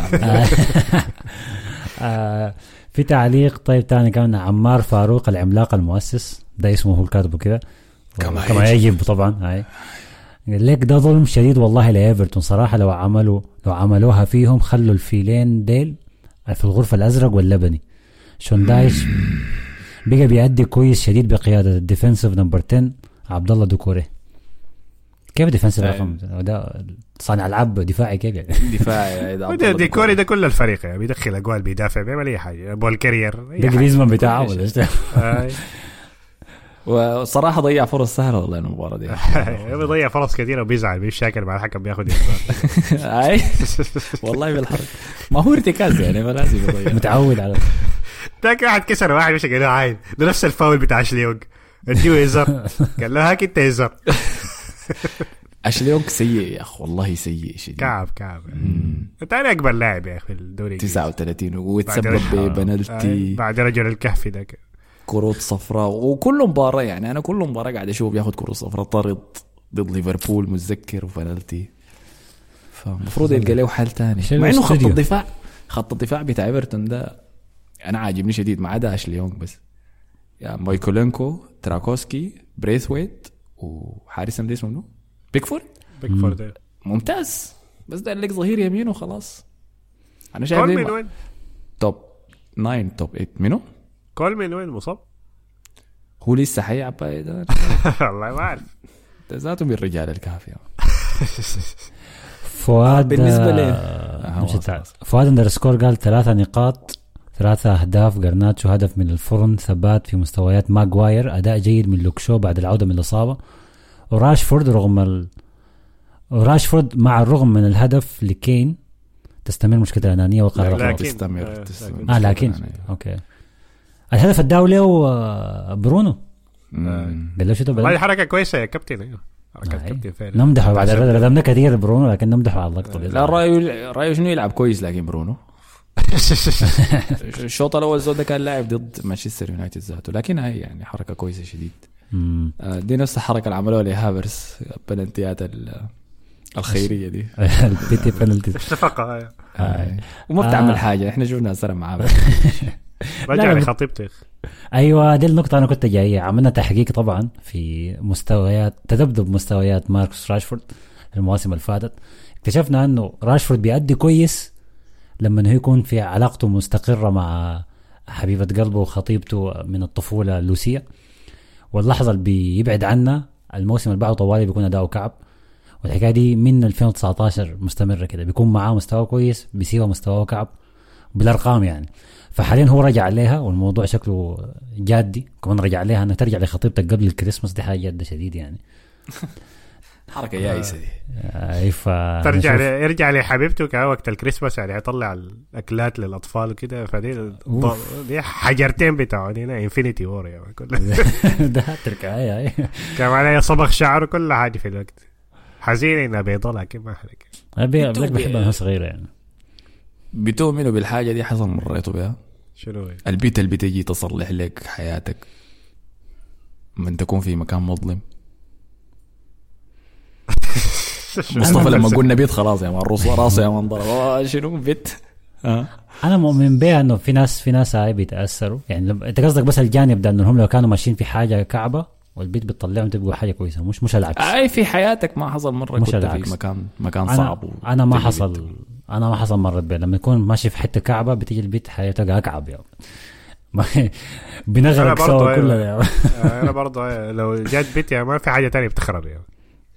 في تعليق طيب تاني كمان عمار فاروق العملاق المؤسس، ده اسمه هو الكاتبه كده كما يجب طبعا. هاي قال لك ده ظلم شديد والله لإيفرتون صراحة. لو عملوا لو عملوها فيهم خلوا الفيلين ديل في الغرفة الأزرق واللبني. شوندايش بقى بيأدي كويس شديد بقيادة الديفنسيف نمبر عشرة عبد الله دوكوري. كيف ديفنسيف رقم ده صانع العاب دفاعي كيف يعني دفاعي ده ديكوري ده كل الفريق يعني بيدخل اجوال بيدافع بيعمل اي حاجه بول كارير ده جريزمان بتاعه ولا ايش. وصراحه ضيع فرص سهله والله المباراه دي. بيضيع فرص كثيره وبيزعل بيشاكل مع الحكم بياخذ انذار. اي والله بالحركه ما هو ارتكاز يعني ما لازم يضيع متعود على ده. واحد كسر واحد مش قال له عايد ده نفس الفاول بتاع شليونج اديه يزر قال له هاك انت يزر. أشليونك سيء يا أخ والله سيء شديد. كعب كعب تاني أكبر لاعب يا أخي في الدوري تسعة وثلاثين وتسبب ببنالتي بعد رجل الكهف ده كروت صفراء. وكل مباراة يعني أنا كل مباراة قاعد أشوف بياخد كروت صفراء طرد ضد ليفربول متذكر وبنالتي. فمفروض يلقى له حل تاني مع إنه خط الدفاع خط الدفاع بتاع إيفرتون ده أنا عاجبني شديد ما عدا أشليونك بس. يعني مايكولينكو تراكوسكي بريثويت وحارس ده اسمه منو بيكفورد بيكفورد ممتاز بس ده لك ظهير يمين وخلاص. انا شايف كول من وين توب تسعة توب ثمانية منو كول من وين مصاب هو لسه حيلعب ده والله ما اعرف ذاته من الرجال الكافيه. فؤاد بالنسبه له آه فؤاد اندرسكور قال ثلاثة نقاط ثلاثة أهداف قرناتشو هدف من الفرن ثبات في مستويات ماغواير أداء جيد من لوكشو بعد العودة من الإصابة. وراشفورد رغم ال... راشفورد مع الرغم من الهدف لكين تستمر مشكلة الأنانية وقرار تستمر تستمر آه لكن أوكي الهدف الدولي وبرونو قال له شو تبغى والله حركة كويسة يا كابتن. أيوه حركة كابتن فعلا نمدحه بعد ردمنا كثير برونو لكن نمدحه على اللقطة. لا رأيه رأيه شنو يلعب كويس لكن برونو الشوط الأول زود كان لاعب ضد مانشستر يونايتد ذاته لكن هاي يعني حركة كويسة شديد. دي نفس الحركة اللي عملوها لهافرس بلنتيات الخيرية دي البيتي بلنتي اتفقها وما بتعمل حاجة احنا شفنا سنة معاه رجع لي خطيبتك. ايوه دي النقطة انا كنت جاية. عملنا تحقيق طبعا في مستويات تذبذب مستويات ماركوس راشفورد المواسم اللي فاتت. اكتشفنا انه راشفورد بيأدي كويس لما هو يكون في علاقته مستقرة مع حبيبة قلبه وخطيبته من الطفولة لوسيا، واللحظة اللي بيبعد عنها الموسم اللي بعده طوالي بيكون أداؤه كعب. والحكاية دي من ألفين وتسعة عشر مستمرة كده بيكون معاه مستوى كويس بيسيبه مستواه كعب بالأرقام يعني. فحاليا هو رجع عليها والموضوع شكله جادي كمان رجع عليها أنك ترجع لخطيبتك قبل الكريسماس دي حاجة جادة شديد يعني. حركة يائسة دي. اي ف ترجع لي يرجع لي حبيبته كوقت الكريسماس يعني يطلع الاكلات للاطفال وكده. فدي دي حجرتين بتاعه هنا انفينيتي وور يعني كل ده تركايه اي كمان صبغ شعره كل حاجه في الوقت. حزين انه بيضل لكن ما حرك ابي بلاك بحبها انها صغيره يعني. بتؤمنوا بالحاجه دي حصل مريتوا بها شنو البيت اللي بتجي تصلح لك حياتك من تكون في مكان مظلم مصطفى لما قلنا بيت خلاص يا مان راسه راسه يا مان ضرب شنو بيت. اه انا مؤمن بها انه في ناس في ناس هاي بيتاثروا يعني لو انت قصدك بس الجانب ده انهم لو كانوا ماشيين في حاجه كعبه والبيت بتطلعهم تبقوا حاجه كويسه مش مش العكس. اي في حياتك ما حصل مره مش كنت العكس. في مكان مكان أنا صعب و... انا ما حصل انا ما حصل مرت بي لما يكون ماشي في حته كعبه بتيجي البيت حياتك اكعب يعني بنغرق سوا كلنا يعني. انا برضه لو جات بيتي ما في حاجه تانية بتخرب يعني.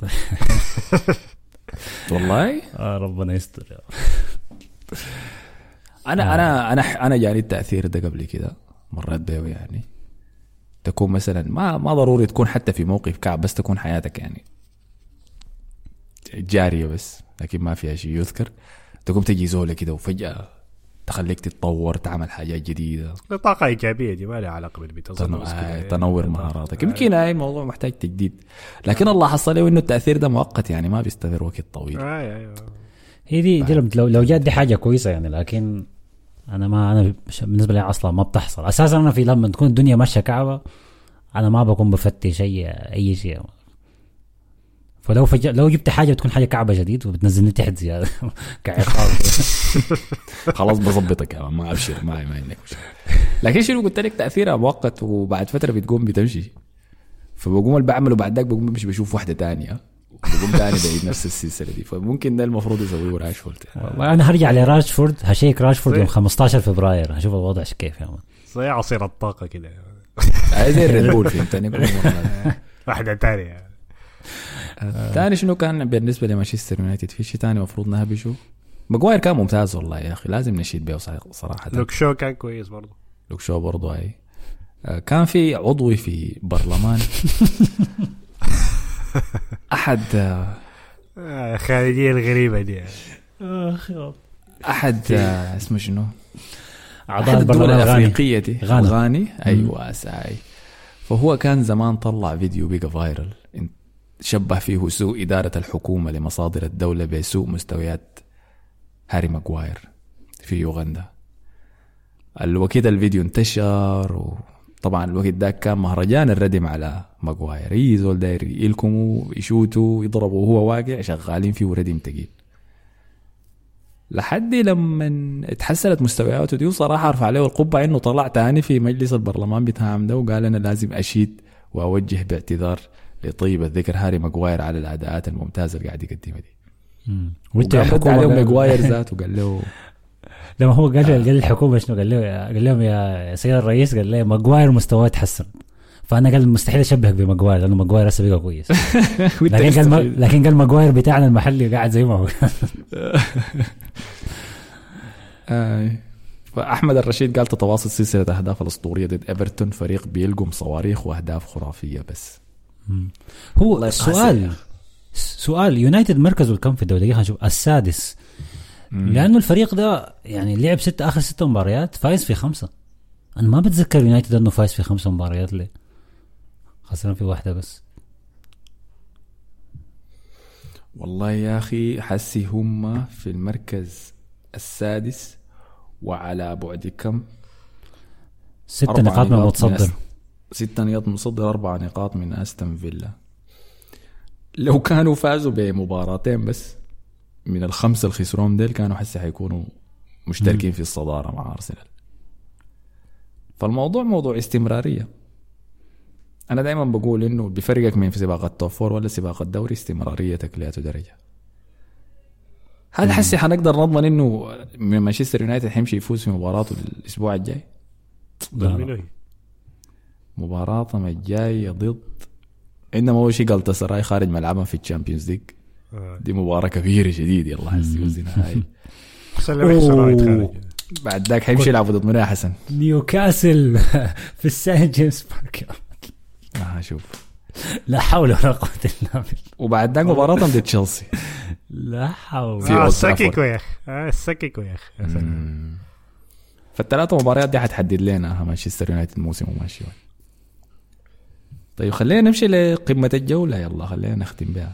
والله آه ربنا يستر يعني. انا انا انا انا جاني التاثير ده قبل كده مرات بيه يعني تكون مثلا ما ما ضروري تكون حتى في موقف كعب بس تكون حياتك يعني جاريه بس لكن ما فيها شيء يذكر تقوم تجي زوله كده وفجاه تخليك تتطور تعمل حاجات جديده. طاقه ايجابيه دي ما لها علاقه بالبيت تنو... آه تنور مهاراتك يمكن هاي الموضوع محتاج تجديد لكن الله حصل له انه التاثير ده مؤقت يعني ما بيستمر وقت طويل. آه ايوه هي دي, دي لو لو جات دي حاجه كويسه يعني لكن انا ما انا بالنسبه لي اصلا ما بتحصل اساسا. انا في لما تكون الدنيا ماشيه كعبه انا ما بكون بفتش اي اي شيء فلو فجأة لو جبت حاجه بتكون حاجه كعبه جديد وبتنزلني تحت زياده كعقاب خلاص بظبطك يا ما ابشر معي ما انك لكن شنو قلت لك تاثيرها مؤقت وبعد فتره بتقوم بتمشي فبقوم اللي بعمله بعد ذاك بقوم مش بشوف واحده تانية بقوم تاني بعيد نفس السلسله دي فممكن ده المفروض يسويه راشفورد. والله انا هرجع لراشفورد هشيك راشفورد يوم خمستاشر فبراير هشوف الوضع كيف يا مان زي عصير الطاقه كده زي الريد بول فهمتني. واحده تانية ثاني شنو كان بالنسبه لمانشستر يونايتد في شيء ثاني المفروض نهبشه. ماغواير كان ممتاز والله يا اخي لازم نشيد به صراحه. لوك شو كان كويس برضه. لوك شو برضه هاي كان في عضوي في برلمان احد آه خارجيه الغريبه دي احد آه اسمه شنو اعضاء الدول الافريقيه دي غاني, غاني. ايوه ساي فهو كان زمان طلع فيديو بقى فايرل شبه فيه سوء إدارة الحكومة لمصادر الدولة بسوء مستويات هاري ماغواير في يوغندا. الوقت الفيديو انتشر وطبعا الوقت ده كان مهرجان الردم على ماغواير يزول داير يلكموا يشوتوا يضربوا وهو واقع شغالين فيه ردم تقيل لحد لما اتحسنت مستوياته دي وصراحة ارفع له القبعة انه طلع تاني في مجلس البرلمان بتاعهم ده وقال انا لازم اشيد واوجه باعتذار لطيب الذكر هاري ماغواير على الاداءات الممتازه اللي قاعد يقدمها دي. وقال عليهم ماغواير ذاته وقال له لما هو قال قال الحكومه شنو قال له قال لهم يا سيد الرئيس قال له ماغواير مستواه تحسن فانا قال مستحيل اشبهك بماغواير لانه ماغواير هسه بقى كويس لكن قال ما لكن قال ماغواير بتاعنا المحلي قاعد زي ما هو. فأحمد الرشيد قال تتواصل سلسلة أهداف الأسطورية ضد إيفرتون فريق بيلقم صواريخ وأهداف خرافية بس. هو سؤال سؤال يونايتد مركزه كم في الدوري خلينا نشوف السادس مم. لأنه الفريق ده يعني لعب ستة آخر ستة مباريات فايز في خمسة. أنا ما بتذكر يونايتد أنه فايز في خمسة مباريات ليه خسرنا في واحدة بس. والله يا أخي حسي هم في المركز السادس وعلى بعد كم ستة نقاط من المتصدر ستة نقاط مصدر أربعة نقاط من أستون فيلا. لو كانوا فازوا بمباراتين بس من الخمسة الخسرون ديل كانوا حسي حيكونوا مشتركين م. في الصدارة مع أرسنال. فالموضوع موضوع استمرارية. أنا دائما بقول إنه بفرقك من في سباق التوب فور ولا سباق الدوري استمراريتك لا درجة. هل حسي حنقدر نضمن إنه من مانشستر يونايتد حيمشي يفوز في مباراته الأسبوع الجاي؟ مباراتهم الجاية ضد عندما هو شيء قال سراي خارج ملعبهم في الشامبيونز ليج دي مباراة كبيرة جديد يلا حسي وزنا هاي بعد ذاك حيمشي يلعب ضد منى حسن نيوكاسل في السان جيمس بارك. اه شوف لا حول ولا قوة إلا بالله. وبعد ذاك مباراتهم ضد تشيلسي لا حول في السكيكو يا اخي اه السكيكو يا اخي. فالثلاثة مباريات دي حتحدد لنا مانشستر يونايتد الموسم وماشي. طيب خلينا نمشي لقمة الجولة يلا خلينا نختم بها.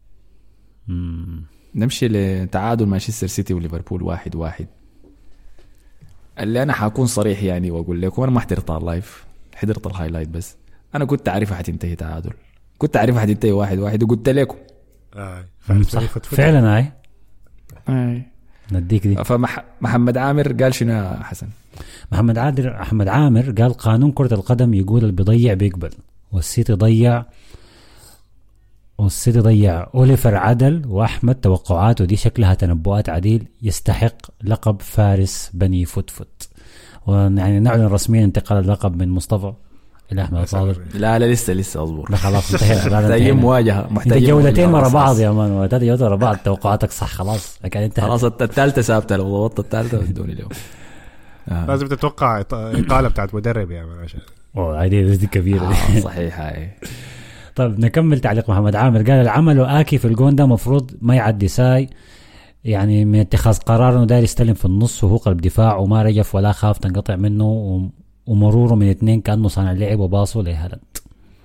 نمشي لتعادل مانشستر سيتي وليفربول واحد واحد. اللي أنا حكون صريح يعني وأقول لكم أنا ما حضرت اللايف حضرت الهايلايت بس أنا كنت أعرفها حتنتهي تعادل كنت أعرفها حتنتهي واحد واحد وقلت لكم آه. صح فعلا هاي اي نديك دي. فمحمد عامر قال شنو يا حسن؟ محمد عادل احمد عامر قال قانون كرة القدم يقول اللي بيضيع بيقبل، والسيتي ضيع والسيتي ضيع أوليفر عدل وأحمد توقعاته دي شكلها تنبؤات عديل يستحق لقب فارس بني فتفت. ويعني نعلن رسميا انتقال اللقب من مصطفى إلى أحمد صادر. لا لا لسه لسه أصبر. لا خلاص انتهينا. محتاجين مواجهة محتاجين جولتين ورا بعض يا مان، وثلاث جولات ورا بعض توقعاتك صح خلاص. لكن انت خلاص الثالثة ثابتة، لو ضبطت الثالثة بدوني اليوم. آه. لازم تتوقع إقالة بتاعت مدرب يا مان عشان. أوه هذه دي كبيرة. آه صحيح هاي. طيب نكمل تعليق محمد عامر. قال العمل وآكي في الجون ده مفروض ما يعدي ساي، يعني من اتخاذ قرار انه داير يستلم في النص وهو قلب دفاع وما رجف ولا خاف تنقطع منه، ومروره من اثنين كأنه صانع لعب وباصه لهالاند.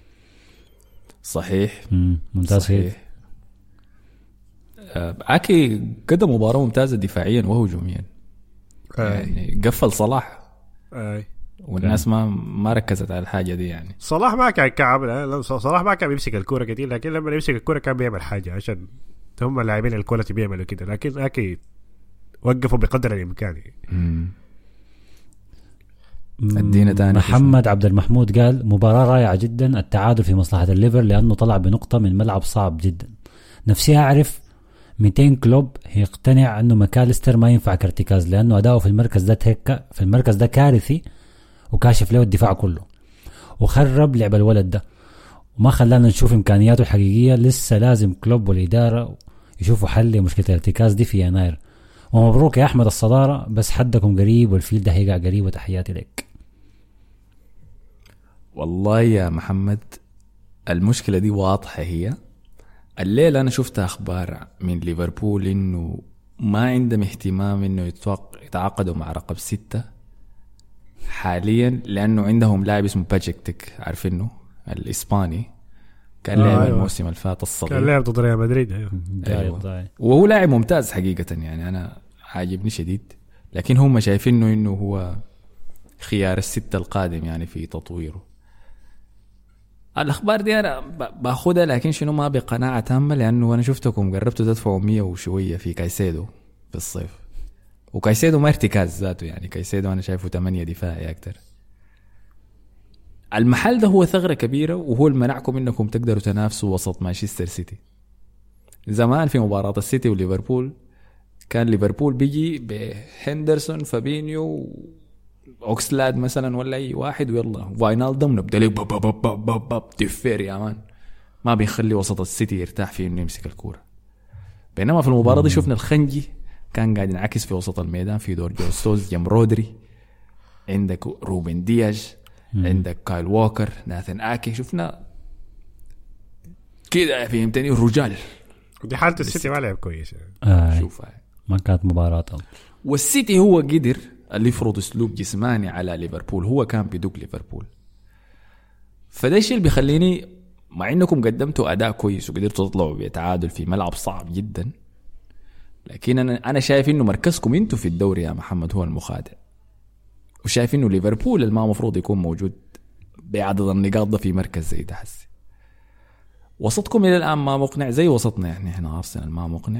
صحيح ممتاز. صحيح. آكي قدم مباراة ممتازة دفاعيا وهجوميا. يعني قفل صلاح. اي والناس ما ما ركزت على الحاجة دي. يعني صلاح ما كان كعب، صلاح ما كان بيمسك الكرة كتير، لكن لما يمسك الكرة كان بيعمل حاجة عشان هم اللاعبين الكواليتي بيعملوا كده، لكن أكيد وقفوا بقدر الإمكان. ادينا تاني. محمد عبد المحمود قال مباراة رائعة جدا، التعادل في مصلحة الليفر لأنه طلع بنقطة من ملعب صعب جدا. نفسي أعرف مئتين كلوب يقتنع أنه ماكاليستر ما ينفع كارتكاز، لأنه أداؤه في المركز ده هيك في المركز ده كارثي وكاشف له الدفاع كله وخرب لعب الولد ده وما خلانا نشوف إمكانياته الحقيقية. لسه لازم كلوب والإدارة يشوفوا حل لمشكلة الارتكاز دي في يناير. ومبروك يا أحمد الصدارة، بس حدكم قريب والفيل ده هيقع قريب، وتحياتي لك. والله يا محمد المشكلة دي واضحة. هي الليلة أنا شفت أخبار من ليفربول إنه ما عندهم اهتمام إنه يتعاقدوا مع رقم ستة حاليا، لأنه عندهم لاعب اسمه باجيكتك عارفينه الإسباني كان لاعب أيوة. الموسم الفات الصغير كان لاعب ضد ريال مدريد. أيوة. أيوة. وهو لاعب ممتاز حقيقة، يعني أنا عاجبني شديد، لكن هم شايفينه إنه هو خيار الستة القادم يعني في تطويره. الأخبار دي أنا باخدها، لكن شنو ما بقناعة تامة، لأنه أنا شفتكم قربتوا تدفعوا مية وشوية في كايسيدو في الصيف، وكايسيدو ما ارتكاز ذاته، يعني كايسيدو أنا شايفه تمانية دفاعي أكتر. المحل ده هو ثغرة كبيرة، وهو اللي منعكم إنكم تقدروا تنافسوا وسط مانشستر سيتي. زمان في مباراة السيتي وليفربول كان ليفربول بيجي بهندرسون فابينيو اوكسلاد مثلا ولا اي واحد، ويلا فاينالدوم نبدا لك باب باب باب باب باب تفير يا مان، ما بيخلي وسط السيتي يرتاح فيه انه يمسك الكوره. بينما في المباراه دي شفنا الخنجي كان قاعد ينعكس في وسط الميدان في دور جوستوز جنب رودري، عندك روبن دياج، عندك كايل ووكر، ناثن آكي، شفنا كده فهمتني الرجال. دي حالة السيتي ما لعب كويس يعني. آه شوف ما كانت مباراة. والسيتي هو قدر اللي يفرض اسلوب جسماني على ليفربول، هو كان بيدق ليفربول. فده الشيء اللي بيخليني مع انكم قدمتوا اداء كويس وقدرتوا تطلعوا بتعادل في ملعب صعب جدا، لكن انا انا شايف انه مركزكم انتوا في الدوري يا محمد هو المخادع، وشايف انه ليفربول اللي ما مفروض يكون موجود بعدد النقاط ده في مركز زي ده. حسي وسطكم الى الان ما مقنع زي وسطنا، يعني احنا ارسنال ما مقنع.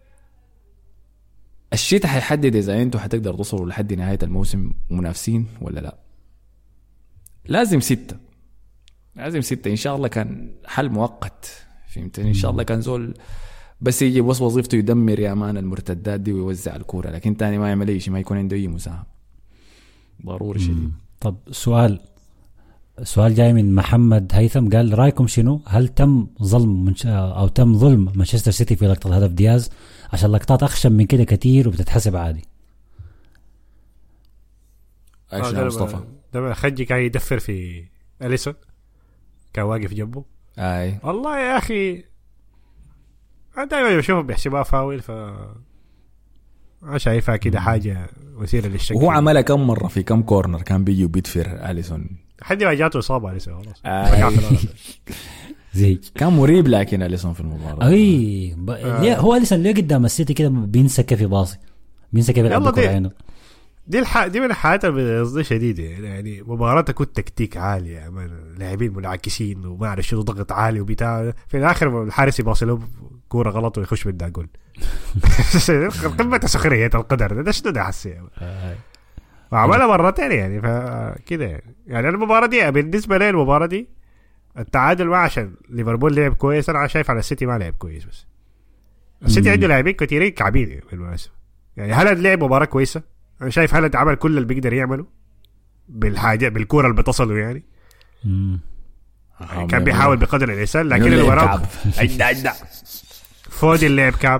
الشتاء حيحدد اذا انتوا حتقدروا توصلوا لحد نهايه الموسم منافسين ولا لا. لازم ستة لازم ستة ان شاء الله. كان حل مؤقت فهمتني، ان شاء الله كان زول بس يجي بس وظيفته يدمر يا مان المرتدات دي ويوزع الكوره، لكن تاني ما يعمل اي شيء، ما يكون عنده اي مساهم ضروري شديد. طب سؤال سؤال جاي من محمد هيثم، قال رايكم شنو؟ هل تم ظلم منش... او تم ظلم مانشستر سيتي في لقطه هدف دياز؟ عشان لقطات اخشن من كده كتير وبتتحسب عادي. ايش يا مصطفى؟ ده خجي كان يدفر في أليسون كان واقف جنبه. اي والله يا اخي انا دايما بشوفه بيحسبها فاول، ف انا شايفها كده حاجه وسيله للشك. وهو عملها كم مره في كم كورنر كان بيجي وبيدفر أليسون حد ما جاته اصابه أليسون خلاص. آه. زي كان مريب، لكن أليسون في المباراه اي ب... آه. هو أليسون ليه قدام السيتي كده بينسى كيف يباصي، بينسى كيف يلعب بكره عينه. دي الح... دي من الحالات اللي شديده يعني مباراه تكون تكتيك عالي يعني لاعبين منعكسين وما اعرف شنو ضغط عالي وبتاع في الاخر الحارس يباصله كوره غلط ويخش من جول. قمه سخريه القدر ده شنو ده حسي وعملها مرتين يعني فكده يعني يعني المباراه دي بالنسبه لي المباراه دي التعادل ما عشان ليفربول لعب كويس انا شايف على السيتي ما لعب كويس بس السيتي عنده لاعبين كثيرين كعبين بالمناسبه يعني هالاند لعب مباراه كويسه انا شايف هالاند عمل كل اللي بيقدر يعمله بالحاجه بالكوره اللي بتصله يعني كان بيحاول بقدر الامكان لكن اللي وراه عدة فودي اللعب كعب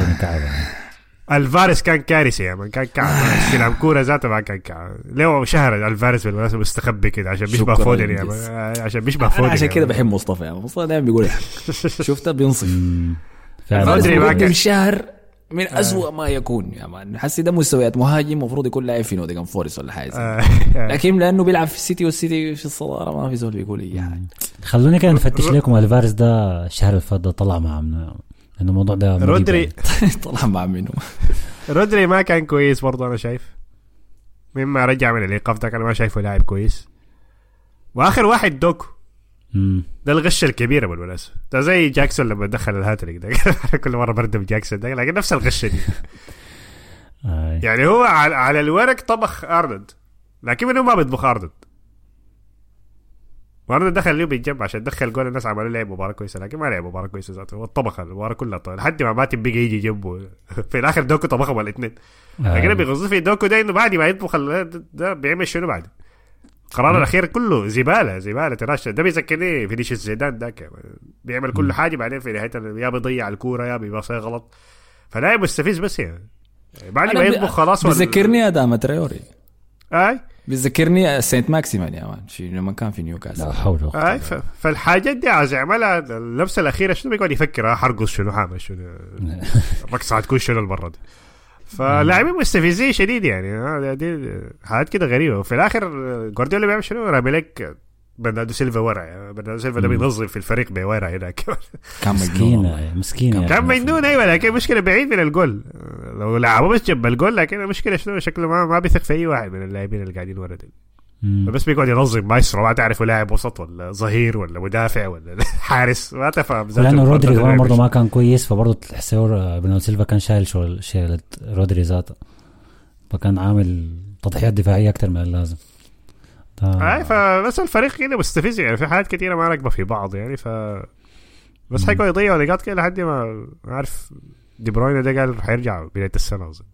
الفارس كان كارثي يعني كان كعب استلام كوره ذاته ما كان كعب ليه شهر الفارس بالمناسبة مستخبي كده عشان بيشبه فودي يعني عشان بيشبه فودي عشان كده بحب مصطفى يعني مصطفى دائما بيقول شفته بينصف فعلا شهر من أسوأ ما يكون يعني حسي ده مستويات مهاجم مفروض يكون لاعب في نوتنغهام فورست ولا حاجه لكن لانه بيلعب في السيتي والسيتي في الصداره ما في زول بيقول اي حاجه. خلوني كده نفتش لكم الفارس ده الشهر اللي فات طلع مع منه لانه الموضوع ده رودري طلع مع منه رودري ما كان كويس برضه انا شايف مما رجع من الايقاف ده كان ما شايفه لاعب كويس واخر واحد دوكو مم. ده الغش الكبير بالمناسبة ده زي جاكسون لما دخل الهاتريك ده كل مرة بردم جاكسون ده لكن نفس الغش دي يعني هو على, على الورق طبخ أرنولد لكن منه ما بيطبخ أرنولد وأرنولد دخل اليوم بالجنب عشان دخل جول الناس عملوا لعب مباراة كويسة لكن ما لعب مباراة كويسة ذاته والطبخ المباراة كلها طبعا لحد ما ماتم بيجي يجي جنبه في الآخر دوكو طبخهم الاثنين لكن بيغض في دوكو ده إنه بعد ما يطبخ ده بيعمل شنو بعد القرار الاخير كله زباله زباله تراشة ده بيذكرني فينيسيوس زيدان ده بيعمل كل حاجه بعدين في نهايه يا بيضيع الكوره يا بيباصي غلط فلاعب مستفيز بس يعني بعد ما يطبخ خلاص بيذكرني ادم تريوري اي بيذكرني سانت ماكسيمان يا مان في لما كان في نيوكاسل لا حول ولا قوه اي فالحاجات دي عايز يعملها اللمسه الاخيره شنو بيقعد يفكر حرقص شنو حامل شنو رقصه تكون شنو المره دي فلاعبين مستفزين شديد يعني دي حاجات كده غريبه وفي الاخر جوارديولا بيعمل شنو راميلك برناردو سيلفا ورا يعني برناردو سيلفا ده بينظم في الفريق بورا هناك كان مسكين مسكين كان مجنون ايوه لكن مشكله بعيد من الجول لو لعبوا بس جنب الجول لكن المشكله شنو شكله ما ما بيثق في اي واحد من اللاعبين اللي قاعدين ورا دي بس بيقعد ينظم مايسترو ما تعرفوا لاعب وسط ولا ظهير ولا مدافع ولا حارس ما تفهم لانه رودري برضه ما كان كويس فبرضه تحسوا برناردو سيلفا كان شايل شغل شيل رودري ذاته فكان عامل تضحيات دفاعيه اكثر من اللازم اي فبس الفريق كده مستفز يعني في حاجات كثيره ما راكبه في بعض يعني ف بس حيكون يضيعوا نقاط كده لحد ما عارف دي بروين ده قال حيرجع بدايه السنه اظن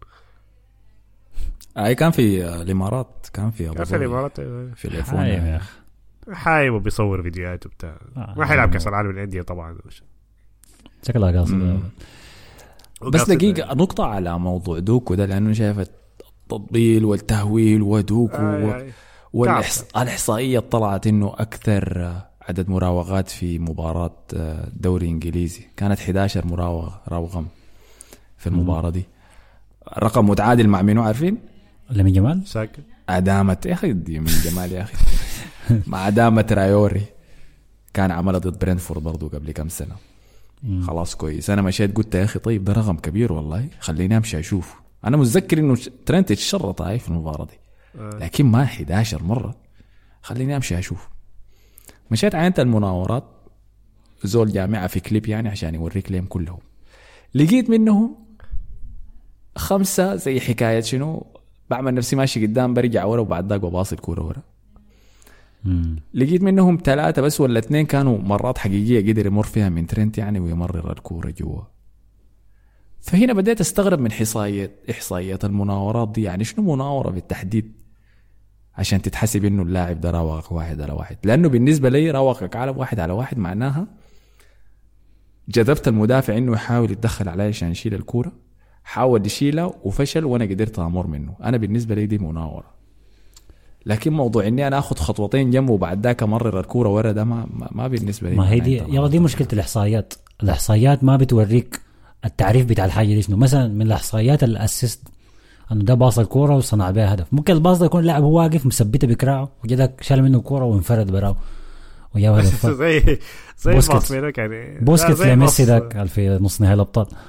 اي كان في الامارات كان في ابو في الامارات في اليابان يا اخي حايب وبيصور فيديوهات وبتاع آه ما حيلعب كاس العالم للانديه طبعا شكلها قاصد بس دقيقه نقطه على موضوع دوكو ده لانه شايف التطبيل والتهويل ودوكو آه والإحصائية طلعت إنه أكثر عدد مراوغات في مباراة دوري إنجليزي كانت إحدى عشرة مراوغ راوغم في المباراة دي رقم متعادل مع منو عارفين؟ لمن جمال؟ ساكن أدامة يا أخي من جمال يا أخي مع أدامة ترايوري كان عمله ضد برينفورد برضو قبل كم سنة خلاص كويس أنا مشيت قلت يا أخي طيب ده رقم كبير والله خليني أمشي أشوف أنا متذكر إنه ترنت اتشرط هاي في المباراة دي لكن ما إحدى عشرة مرة خليني أمشي أشوف مشيت عينت المناورات زول جامعة في كليب يعني عشان يوريك لهم كلهم لقيت منهم خمسة زي حكاية شنو بعمل نفسي ماشي قدام برجع ورا وبعد ذاك بباصي الكورة ورا لقيت منهم ثلاثة بس ولا اثنين كانوا مرات حقيقية قدر يمر فيها من ترنت يعني ويمرر الكورة جوا فهنا بدأت استغرب من إحصائيات إحصائيات المناورات دي يعني شنو مناورة بالتحديد عشان تتحسب إنه اللاعب ده راوغك واحد على واحد لأنه بالنسبة لي راوغك على واحد على واحد معناها جذبت المدافع إنه يحاول يتدخل علي عشان يشيل الكورة حاول يشيلها وفشل وأنا قدرت أمر منه أنا بالنسبة لي دي مناورة لكن موضوع إني أنا أخذ خطوتين جنبه وبعد ذاك أمرر الكورة ورا ده ما ما, ما بالنسبة لي ما هي دي يا دي مشكلة الإحصائيات الإحصائيات ما بتوريك التعريف بتاع الحاجة دي شنو مثلا من الإحصائيات الأسيست انه ده باص الكوره وصنع بها هدف ممكن الباص ده يكون اللاعب هو واقف مثبته بكراعه وجدك شال منه الكوره وانفرد براه وجاب هدف زي زي بوسكيتس يعني بوسكيتس لميسي ذاك في نص نهائي الابطال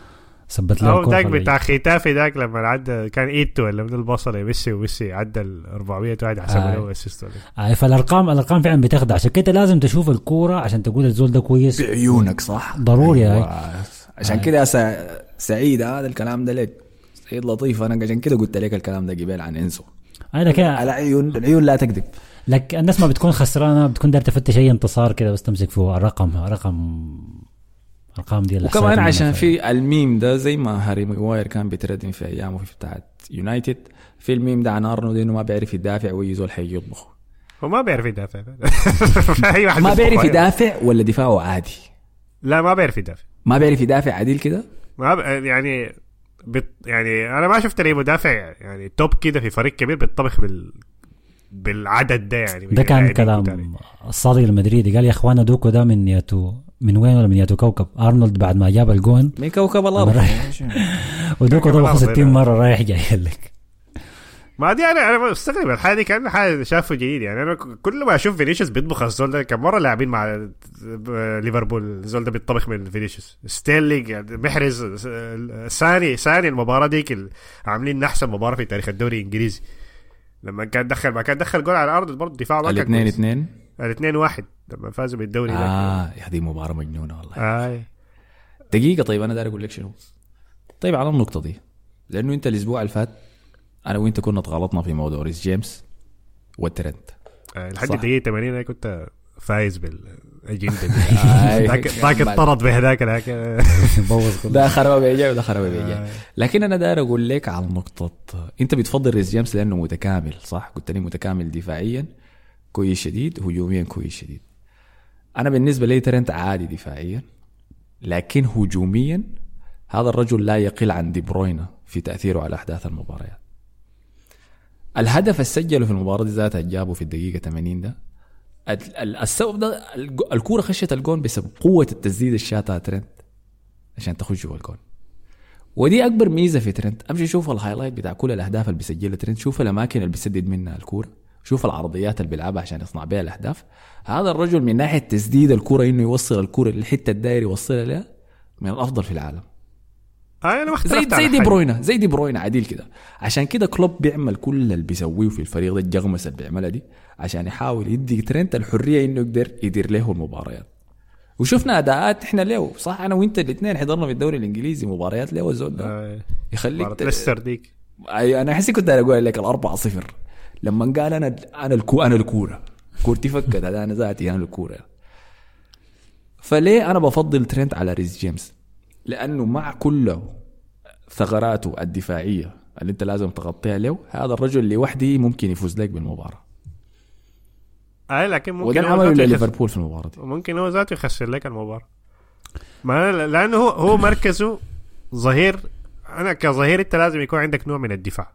ثبت له او الكورة داك خلاه بتاع يجي. ختافي داك لما عدى كان ايتو ولا من البصره ميسي وميسي عدى ال أربعمية واحد حسب آه. له اسيست. آه فالارقام الارقام فعلا بتخدع، عشان كده لازم تشوف الكورة عشان تقول الزول ده كويس بعيونك صح ضروري. أيوة. هاي عشان كده سع... سعيد هذا الكلام ده لك سعيد لطيف. انا عشان كده قلت لك الكلام ده قبل عن انسو هذا كده. على عيون العيون لا تكذب. لك الناس ما بتكون خسرانة، بتكون داير تفتش اي انتصار كده بس تمسك فيه رقم رقم ارقام دي. وكمان عشان في الميم ده زي ما هاري ماغواير كان بيتردم في ايامه في بتاعت يونايتد، في الميم ده عن ارنولد انه ما بيعرف يدافع ويزول حي يطبخ. هو ما بيعرف يدافع. اي واحد ما بيطبخ بيعرف أيوة. يدافع ولا دفاعه عادي؟ لا ما بيعرف يدافع. ما بيعرف يدافع عديل كده. ما ب... يعني بت... يعني انا ما شفت لي مدافع يعني توب كده في فريق كبير بيطبخ بال بالعدد ده يعني. ده كان كلام الصادق المدريدي، قال يا اخوانا دوكو ده من ياتو من وين ولا من ياتو كوكب ارنولد بعد ما جاب الجون من كوكب الارض ودوكو طبخه ستين مره رايح جاي لك. ما دي انا انا مستغرب الحاجه دي كان حاجه شافه جديد يعني. انا كل ما اشوف فينيسيوس بيطبخ الزول ده كم مره لاعبين مع ليفربول الزول ده بيطبخ من فينيسيوس ستيرلينج يعني محرز ثاني ثاني المباراه ديك عاملين احسن مباراه في تاريخ الدوري الانجليزي لما كان دخل ما كان دخل جول على الارض برضه دفاع ما كان الاثنين اثنين الاثنين واحد لما فازوا بالدوري ده. اه يا دي مباراه مجنونه والله. آه. دقيقه طيب انا داير اقول لك شنو. طيب على النقطه دي لانه انت الاسبوع اللي فات انا وانت كنا تغلطنا في موضوع ريس جيمس والترند آه. لحد الدقيقه ثمانين انا كنت فايز بالاجنده دي. ذاك اضطرد بهذاك لكن بوظ ده خرب بيجي وده خرب بيجي. لكن انا داير اقول لك على نقطه، انت بتفضل ريس جيمس لانه متكامل صح؟ قلت لي متكامل دفاعيا كويس شديد هجوميا كويس شديد. انا بالنسبه لي ترنت عادي دفاعيا لكن هجوميا هذا الرجل لا يقل عن دي بروينا في تاثيره على احداث المباريات. الهدف السجله في المباراه دي ذاتها جابه في الدقيقه ثمانين ده السبب ده الكوره خشت الجون بسبب قوه التسديد الشاتها ترنت عشان تخش جوا الجون. ودي اكبر ميزه في ترنت. امشي شوف الهايلايت بتاع كل الاهداف اللي بيسجلها ترنت، شوف الاماكن اللي بيسدد منها الكوره، شوف العرضيات اللي بيلعبها عشان يصنع بها الاهداف. هذا الرجل من ناحيه تسديد الكوره انه يوصل الكوره للحته الدائري يوصلها لها من الافضل في العالم. آه زي زي دي بروينا زي دي بروينا عديل كده. عشان كده كلوب بيعمل كل اللي بيسويه في الفريق ده الجغمسه اللي بيعملها دي عشان يحاول يدي ترنت الحريه انه يقدر يدير له المباريات. وشفنا اداءات احنا له صح انا وانت الاثنين حضرنا في الدوري الانجليزي مباريات له الزول ده آه. يخليك ت... ليستر ديك. اي انا حسي كنت اقول لك الأربعة صفر لما قال انا انا الكو انا الكوره كورتي فكت هذا انا ذاتي انا الكوره. فليه انا بفضل ترنت على ريس جيمس؟ لانه مع كل ثغراته الدفاعيه اللي انت لازم تغطيها له هذا الرجل لوحده ممكن يفوز لك بالمباراه. اي لكن ممكن وده عمله ليفربول في المباراه دي. ممكن هو ذاته يخسر لك المباراه ما لانه هو هو مركزه ظهير. انا كظهير انت لازم يكون عندك نوع من الدفاع.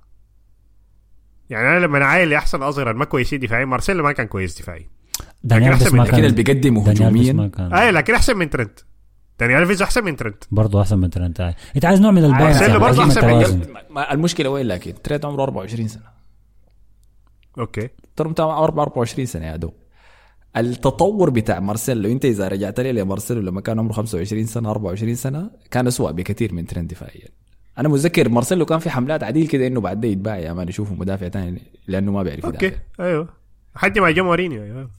يعني انا لما عايل احسن اظهر ما كويسين دفاعيا. مارسيلو ما كان كويس دفاعيا دانيال بس ما كان اللي بيقدم هجوميا. اي لكن احسن من ترنت. دانيال ألفيز احسن من ترنت برضه احسن من ترنت. انت عايز نوع من البالانس يعني برضه احسن من المشكله وين لكن ترنت عمره أربعة وعشرين سنه. اوكي ترنت عمره أربعة وعشرين سنه يا دوب. التطور بتاع مارسيلو انت اذا رجعت لي لمارسيلو لما كان عمره خمسة وعشرين سنه أربعة وعشرين سنه كان اسوأ بكثير من ترنت دفاعيا. انا متذكر مارسيلو كان في حملات عديل كده انه بعد ده يتباع يا مان يشوفه مدافع ثاني لانه ما بيعرف يدافع. اوكي ايوه حد ما جا مورينيو ايوه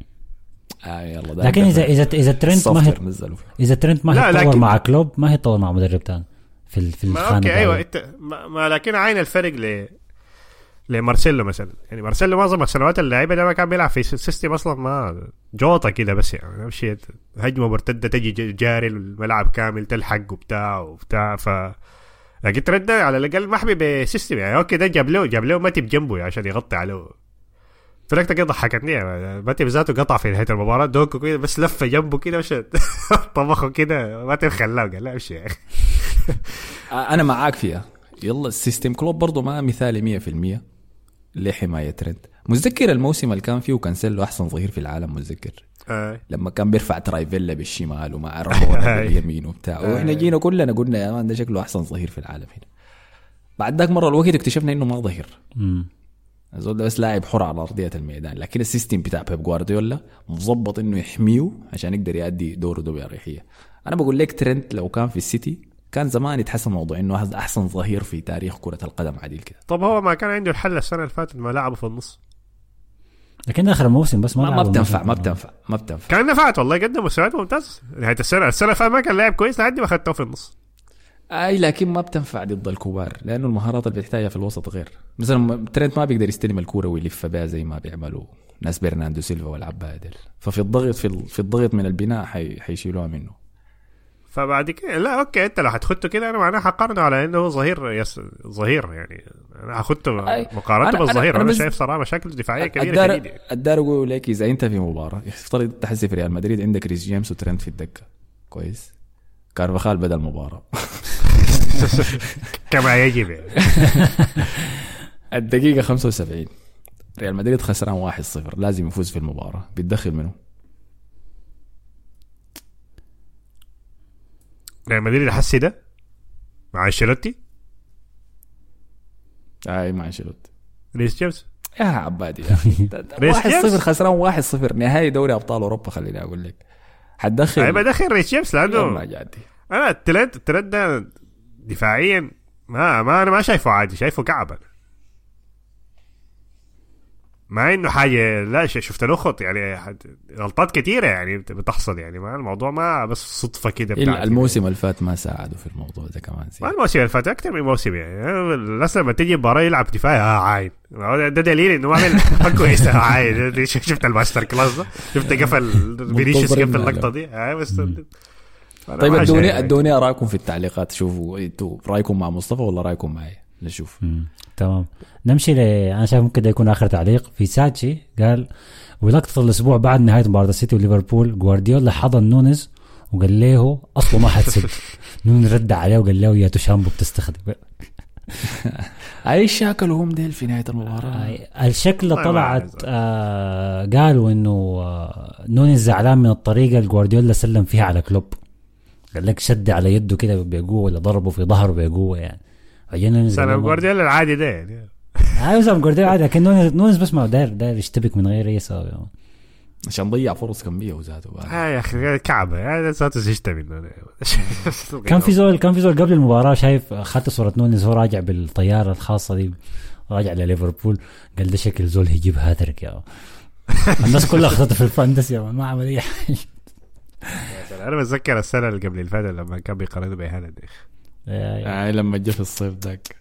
آه يلا ده لكن اذا اذا اذا ترنت ما هي اذا ترنت ما هي تطور مع كلوب ما هي تطور مع مدرب ثاني في في الخانه. اوكي ايوه انت ما, ما لكن عين الفرق ل لمارسيلو مثلا. يعني مارسيلو معظم السنوات اللعيبه ده ما كان بيلعب في سيستم اصلا ما جوطه كده بس يعني نمشي هجمه مرتده تجي جاري الملعب كامل تلحق وبتاع وبتاع. ف لكن ترد على الاقل محبي بسيستم يعني. اوكي ده جاب له جاب له ماتي بجنبه عشان يغطي عليه. فرقتك كده ضحكتني يعني. ماتي بذاته قطع في نهايه المباراه دوكو كده بس لفه جنبه كده وش طبخه كده ماتي خلاه قال لا امشي يعني. انا معاك فيها. يلا السيستم كلوب برضه ما مثالي مية في المية لحمايه ترند. متذكر الموسم اللي كان فيه كانسيلو احسن ظهير في العالم متذكر آه. لما كان بيرفع ترايفيلا بالشمال ومع رامونا باليمين وبتاع واحنا جينا كلنا قلنا يا مان ده شكله احسن ظهير في العالم هنا. بعد ذاك مره الوقت اكتشفنا انه ما ظهير الزول ده بس لاعب حر على ارضيه الميدان. لكن السيستم بتاع بيب جوارديولا مظبط انه يحميه عشان يقدر يؤدي دوره ده بأريحية. انا بقول لك ترنت لو كان في السيتي كان زمان يتحسن موضوع انه هذا احسن ظهير في تاريخ كرة القدم عديل كده. طب هو ما كان عنده الحل السنة اللي فاتت ما لعبه في النص، لكن اخر الموسم بس ما ما, ما بتنفع ما بتنفع ما بتنفع كان نفعت والله، قدم مستويات ممتاز نهاية السنة. السنة فات ما كان لاعب كويس لحد ما خدته في النص. اي لكن ما بتنفع ضد الكبار لانه المهارات اللي بتحتاجها في الوسط غير. مثلا ترينت ما بيقدر يستلم الكوره ويلف بها زي ما بيعملوا ناس برناردو سيلفا والعبادل، ففي الضغط في في الضغط من البناء حي حيشيلوها منه. فبعد كده لا اوكي انت لو حتخطه كده انا معناها حقرنه على انه ظهير يس ظهير يعني انا هخطه مقارنته بالظهير. انا, أنا, أنا شايف صراحه مشاكل دفاعيه كبيره شديده. الدار اقول لك اذا انت في مباراه يفترض تحسي في ريال مدريد عندك ريس جيمس وترينت في الدكه كويس، كارفاخال بدل المباراه كما يجب. الدقيقه خمسة وسبعين ريال مدريد خسران واحد صفر، لازم يفوز في المباراه، بيتدخل منه ريال مدريد حسي ده مع انشيلوتي. اي مع انشيلوتي ريس جيمس يا عبادي يا اخي واحد صفر خسران واحد صفر نهائي دوري ابطال اوروبا. خليني اقول لك حتدخل اي بدخل ريس جيمس لانه ما جادي. انا التلات التلات ده دفاعيا ما ما انا ما شايفه عادي، شايفه كعبه مع انه حاجه لا شفت له خط يعني غلطات كتيره يعني بتحصل يعني. ما الموضوع ما بس صدفه كده بتاعت الموسم اللي فات ما ساعدوا في الموضوع ده كمان زي. ما الموسم اللي فات اكثر من موسم يعني الناس لما تيجي مباراه يلعب دفاعي اه عايد ده دليل انه ما عمل كويس. عايد شفت الماستر كلاس ده، شفت قفل فينيسيوس قفل اللقطه دي اه بس. طيب ادوني ادوني رايكم في التعليقات، شوفوا انتوا رايكم مع مصطفى ولا رايكم معي نشوف. مم. تمام نمشي ل انا شايف ممكن ده يكون اخر تعليق في ساتشي. قال ولقطة الاسبوع بعد نهايه مباراه السيتي وليفربول جوارديولا حضن نونز وقال له اصله ما حتسد. نونز رد عليه وقال له يا تشامبو بتستخدم اي شكل هم ديل في نهايه المباراه. الشكل طلعت آه قالوا انه آه نونز زعلان من الطريقه اللي جوارديولا سلم فيها على كلوب، قال لك شد على يده كده بقوه ولا ضربه في ظهره بقوه يعني. سلام جوارديولا العادي ده يعني ايوه سلام جوارديولا عادي، لكن نونز نونز بس ما داير داير يشتبك من غير اي سبب عشان ضيع فرص كميه وزاته. اه يا اخي كعبه هذا ذاته يشتبك. كان في زول كان في زول قبل المباراه شايف اخذت صوره نونز هو راجع بالطياره الخاصه دي راجع لليفربول، قال ده شكل زول هيجيب هاتريك يا الناس كلها اخذته في الفانتسي ما عمل اي حاجه. انا بتذكر السنه اللي قبل اللي فاتت لما كان بيقارنوا بهالاند آه لما جاء في الصيف ذاك.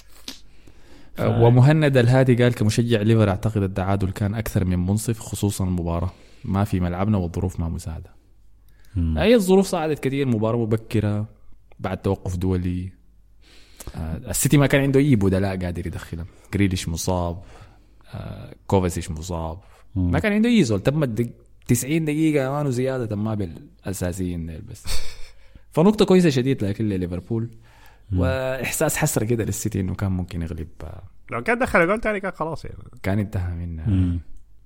ف... ومهند الهادي قال كمشجع ليفر اعتقد التعادل كان اكثر من منصف خصوصا المباراه ما في ملعبنا والظروف ما مساعده. مم. اي الظروف صعدت كثير، مباراه مبكره بعد توقف دولي. آه السيتي ما كان عنده اي بدلاء قادر يدخلهم، جريليش مصاب، آه كوفاسيش مصاب. مم. ما كان عنده اي زول تم تسعين دقيقه ما زياده ما بالاساسيين بس. فنقطة كويسة شديد لكن ليفربول وإحساس حسرة كده للسيتي إنه كان ممكن يغلب. لو كان دخل جول تاني كان خلاص يعني كان انتهى منه.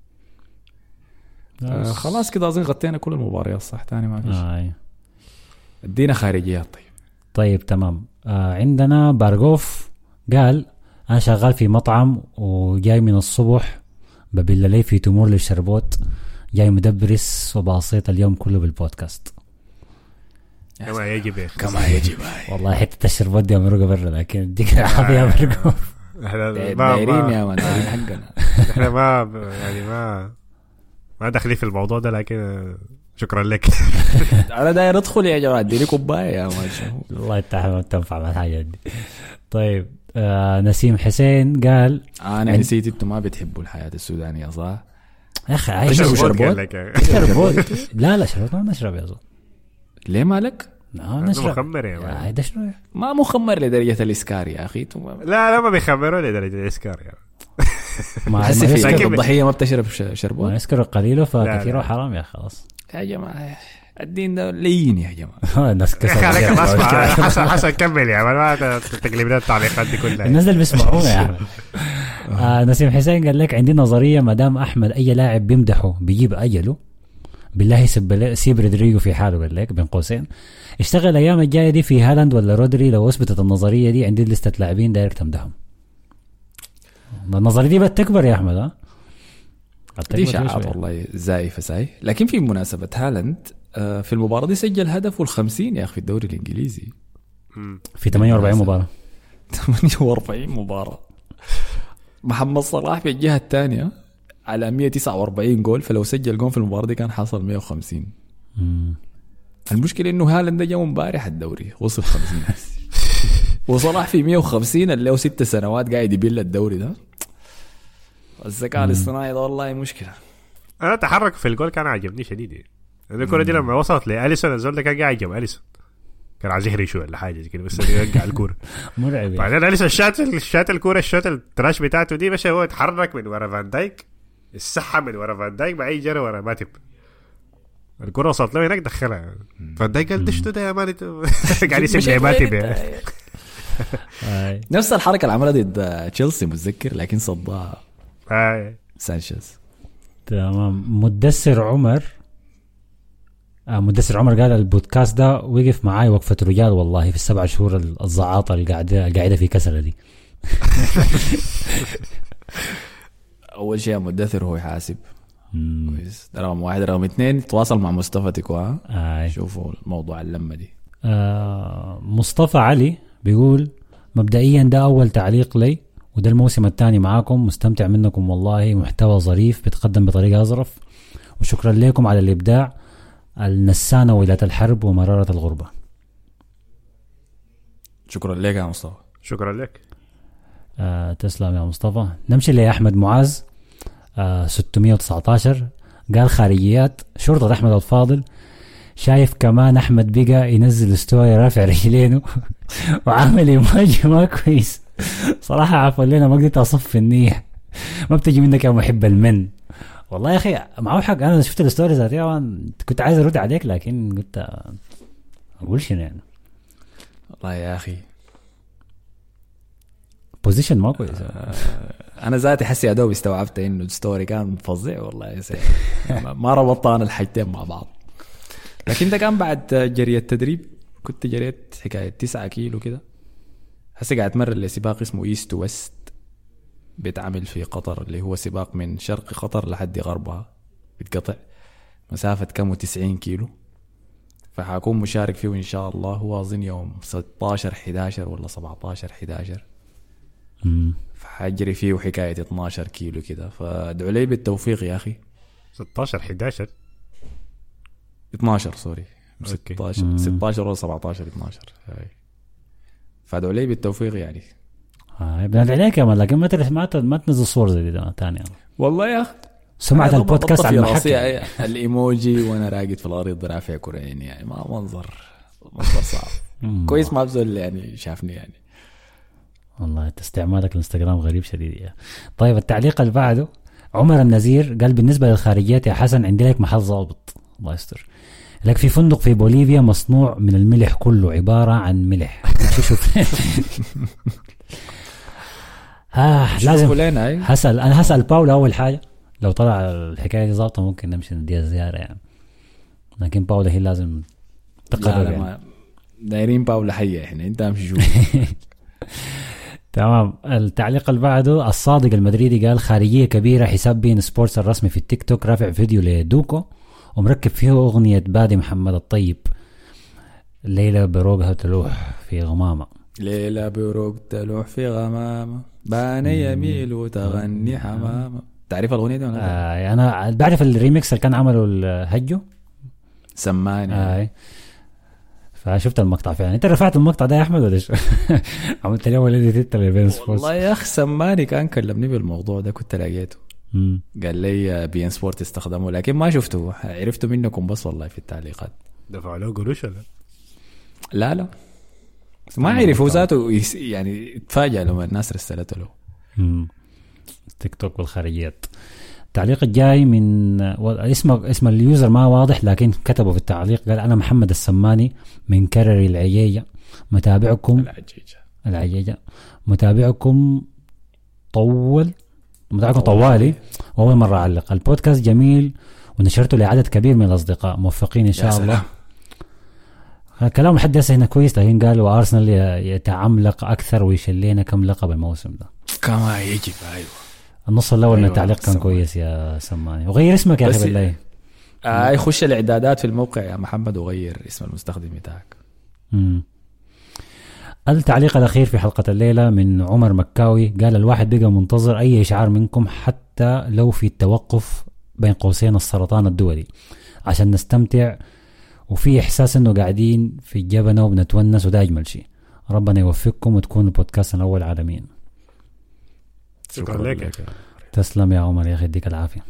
آه خلاص كده أظن غطينا كل المباريات صح تاني ما فيش. آه ادينا خارجيات. طيب طيب تمام. آه عندنا بارغوف قال أنا شغال في مطعم وجاي من الصبح ببل لي في تمور للشربوت، جاي مدبرس وبسيط اليوم كله بالبودكاست كما يجب كما يجب. والله حتى الشربات دي امرقه برا لكن ديك العافيه يا مرقه احنا دايرين يا مان دايرين حقنا. احنا ما يعني ما ما دخلي في الموضوع ده لكن شكرا لك. انا داير ادخل يا جماعه اديني كوبايه يا ما والله انت تنفع مع الحاجات دي. طيب آه نسيم حسين قال انا نسيت انتم ما بتحبوا الحياه السودانيه صح يا اخي؟ عايش شربوت لا لا شربوت ما نشرب يا زول. ليه مالك؟ لا نشرب مخمر يا مان. هيدا شنو ما مخمر لدرجه الاسكار يا اخي. لا لا ما بيخمروا لدرجه الاسكار يا ما حس في الضحيه ما بتشرب شربوت ما يسكر قليله فكثير وحرام يا خلاص يا جماعه. الدين ده لين يا جماعه. الناس كسر حسن حسن كمل يا مان ما تقلبنا التعليقات دي كلها. الناس اللي بيسمعونا يا احمد. آه نسيم حسين قال لك عندي نظريه ما دام احمد اي لاعب بيمدحه بيجيب اجله بالله سيب سيب رودريجو في حاله قال لك بين قوسين اشتغل الايام الجايه دي في هالاند ولا رودري. لو اثبتت النظريه دي عندي لسته لاعبين دايركت امدحهم. النظريه دي بتكبر يا احمد. ها دي شعار والله زاي فساي. لكن في مناسبه هالاند في المباراه دي سجل هدف والخمسين يا اخي في الدوري الانجليزي. في ثمانية وأربعين مباراة. ثمانية وأربعين مباراة. محمد صلاح في الجهة الثانية على مية وتسعة وأربعين جول، فلو سجل جول في المباراة دي كان حصل مية وخمسين. مم. المشكلة إنه هالاند جا امبارح الدوري وصل خمسين وصلاح في مية وخمسين اللي له ست سنوات قاعد يبيل الدوري ده. الذكاء الاصطناعي ده والله مشكلة. انا تحرك في الجول كان عجبني شديد. الكرة دي لما وصلت لأليسون الزول ده كان قاعد جنب أليسون، كان عايز يهري شو ولا حاجة كده بس يرجع الكرة. مرعب. بعدين أليسون شات شات الكرة الشوت التراش بتاعته دي مش هو اتحرك من ورا فان دايك، السحة من ورا فان دايك مع أي جرى ورا ماتب. الكرة وصلت له هناك دخلها. فان دايك قال دشتو ده يا مان قاعد يسمع لي ماتب. نفس الحركة اللي عملها ضد تشيلسي متذكر، لكن صدها سانشيز. تمام. مدثر عمر آه مدثر عمر قال البودكاست ده وقف معاي وقفة رجال والله في السبع شهور الزعاطة القاعدة القاعدة في كسرة دي. أول شيء مدثر هو يحاسب كويس، رقم واحد. رقم اثنين تواصل مع مصطفى تكوا آه. شوفوا الموضوع اللمة دي. آه مصطفى علي بيقول مبدئيا ده أول تعليق لي، وده الموسم الثاني معاكم، مستمتع منكم والله، محتوى ظريف بيتقدم بطريقة أظرف، وشكرا لكم على الإبداع النسانة ولاة الحرب ومرارة الغربة. شكرا لك يا مصطفى. شكرا لك. آه تسلم يا مصطفى. نمشي لأحمد معاذ آه ستمية وتسعتاشر قال خارجيات شرطة أحمد الفاضل. شايف كمان أحمد بقى ينزل ستوري رافع رجلينه وعامل إيماجي ما كويس صراحة. عفوا لنا ما قدرت أصف النية، ما بتجي منك يا محب المن. والله يا أخي معه حق، أنا شفت الستوري ذاتي كنت عايز أرد عليك لكن قلت أقول شنو يعني. والله يا أخي بوزيشن ما كويس. أنا ذاتي حسي يا دوب استوعبت إنه الستوري كان فظيع والله يا سيدي. ما ربطت أنا الحاجتين مع بعض. لكن ده كان بعد جري التدريب، كنت جريت حكاية تسعة كيلو كده. هسه قاعد مرة لسباق اسمه إيست ويست بيتعمل في قطر، اللي هو سباق من شرق قطر لحد غربها، بتقطع مسافة كم وتسعين كيلو. فحاكون مشارك فيه إن شاء الله. هو أظن يوم ستاشر حداشر ولا سبعتاشر حداشر، فحاجري فيه حكاية اتناشر كيلو كده. فادعوا لي بالتوفيق يا أخي. ستاشر حداشر اتناشر سوري ستاشر ستاشر ولا سبعتاشر اتناشر. فادعوا لي بالتوفيق يعني. آه بنادي عليك يا مان، لكن ما ترى ما ما تنزل صور زي ده ثاني والله يا أخي. سمعت البودكاست عن المحكي الإيموجي وأنا راقد في الأرض رافع كرعين، يعني ما منظر منظر صعب. كويس ما بزول يعني شافني يعني. والله استعمالك الانستغرام غريب شديد يعني. طيب التعليق اللي بعده عمر النزير قال بالنسبة للخارجيات يا حسن عندي لك محل ضابط الله يستر لك في فندق في بوليفيا مصنوع من الملح، كله عبارة عن ملح. شوف آه لازم هسأل أنا هسأل باولا أول حاجة، لو طلع الحكاية دي ظابطة ممكن نمشي نديها زيارة يعني، لكن باولا هي لازم تقرر يعني. دايرين باولا حية إحنا أنت مش شوف. تمام. التعليق اللي بعده الصادق المدريدي قال خارجية كبيرة، حساب بين سبورتس الرسمي في التيك توك رافع فيديو لدوكو ومركب فيه أغنية بادي محمد الطيب، ليلة بروقها تلوح في غمامة. ليلة بروق تلوح في غمامة باني يميل وتغني حمامة. تعرف الأغنية دي؟ آه أنا بعرف الريميكس اللي كان عمله الهجو سماني. آه فشفت المقطع فعلا. انت رفعت المقطع ده يا احمد ولا شو؟ عملت لي اول اديت انت لبين سبورتس. والله يا اخي سماني كان كلمني بالموضوع ده كنت لقيته مم. قال لي بي ان سبورت استخدمه لكن ما شفته، عرفته منكم بس والله في التعليقات. دفع له قروش ولا لا لا ما عرفوا ذاته يعني، تفاجأ لما الناس رسلته له. امم تيك توك والخارجيات. التعليق الجاي من اسم اسم اليوزر ما واضح لكن كتبه في التعليق قال انا محمد السماني من كرري العجيجة متابعكم العجيجة العجيجة متابعكم طول متابعكم طوالي واول مرة اعلق. البودكاست جميل ونشرته لعدد كبير من الاصدقاء، موفقين ان شاء الله. كلام لحد هسه هنا كويس، لكن قالوا ارسنال يتعملق اكثر ويشلينا كم لقب الموسم ده كما يجب. ايوه النص الاول من التعليق كان كويس يا سماني. وغير اسمك يا اخي بالله. آه يخش الاعدادات في الموقع يا محمد وغير اسم المستخدم بتاعك. امم التعليق الأخير في حلقة الليلة من عمر مكاوي، قال الواحد بقى منتظر أي إشعار منكم حتى لو في التوقف بين قوسين السرطان الدولي عشان نستمتع وفي إحساس أنه قاعدين في الجبنة وبنتونس، وده أجمل شيء. ربنا يوفقكم وتكون البودكاست الأول عالميا. شكرا لك. تسلم يا عمر يا أخي، يديك العافية.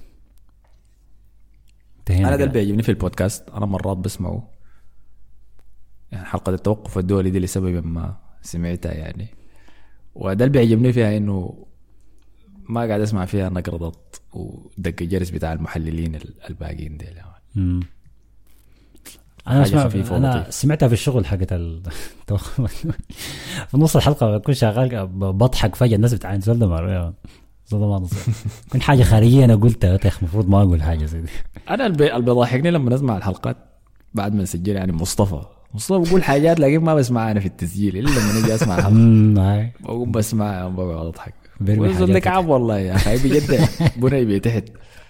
أنا ده اللي بيعجبني في البودكاست، أنا مرات بسمعه يعني حلقة التوقف الدولي دي لسبب ما سمعتها يعني، وده اللي بيعجبني فيها إنه ما قاعد أسمع فيها نقرضت ودق جرس بتاع المحللين الباقيين دي. امم انا اسمع انا سمعتها في الشغل حقت ال... في نص الحلقه بكون شغال بضحك فجاه الناس بتعين زول ده ما زول ما نصير كن حاجه خارجيه انا قلتها يا اخي المفروض ما اقول حاجه زي دي. انا اللي بيضحكني لما نسمع الحلقات بعد ما نسجل يعني مصطفى مصطفى بقول حاجات لكن ما بسمعها انا في التسجيل الا لما نجي اسمع الحلقه بقوم بسمعها وبقعد اضحك ويقول لك عاب والله يا اخي بجد بني بيتحت.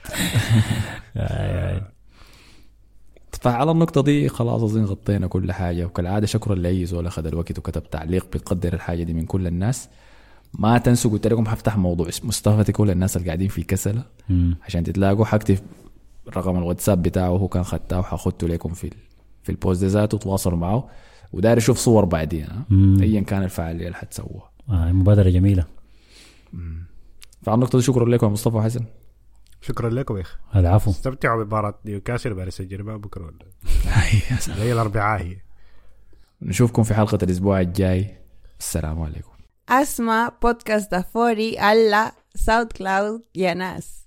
فعلى النقطة دي خلاص أظن غطينا كل حاجة، وكالعادة شكرا لأي زول أخذ الوقت وكتب تعليق بتقدر الحاجة دي من كل الناس. ما تنسوا قلت لكم حفتح موضوع مصطفى كل الناس اللي قاعدين في كسلة عشان تتلاقوا، حكتب رقم الواتساب بتاعه هو كان خدته وحاخدته لكم في في البوست ذاته وتواصلوا معه، وداير يشوف صور بعدين أيا كان الفعالية اللي حتسووها. آه مبادرة جميلة. فعلى النقطة دي شكرا لكم مصطفى وحسن. شكرا لكم يا اخي. العفو. استمتعوا بمباراة نيوكاسل باريس سان جيرمان بكره ولا هي الاربعاء هي. نشوفكم في حلقة الاسبوع الجاي. السلام عليكم. اسمع بودكاست دافوري على ساوند كلاود يا ناس.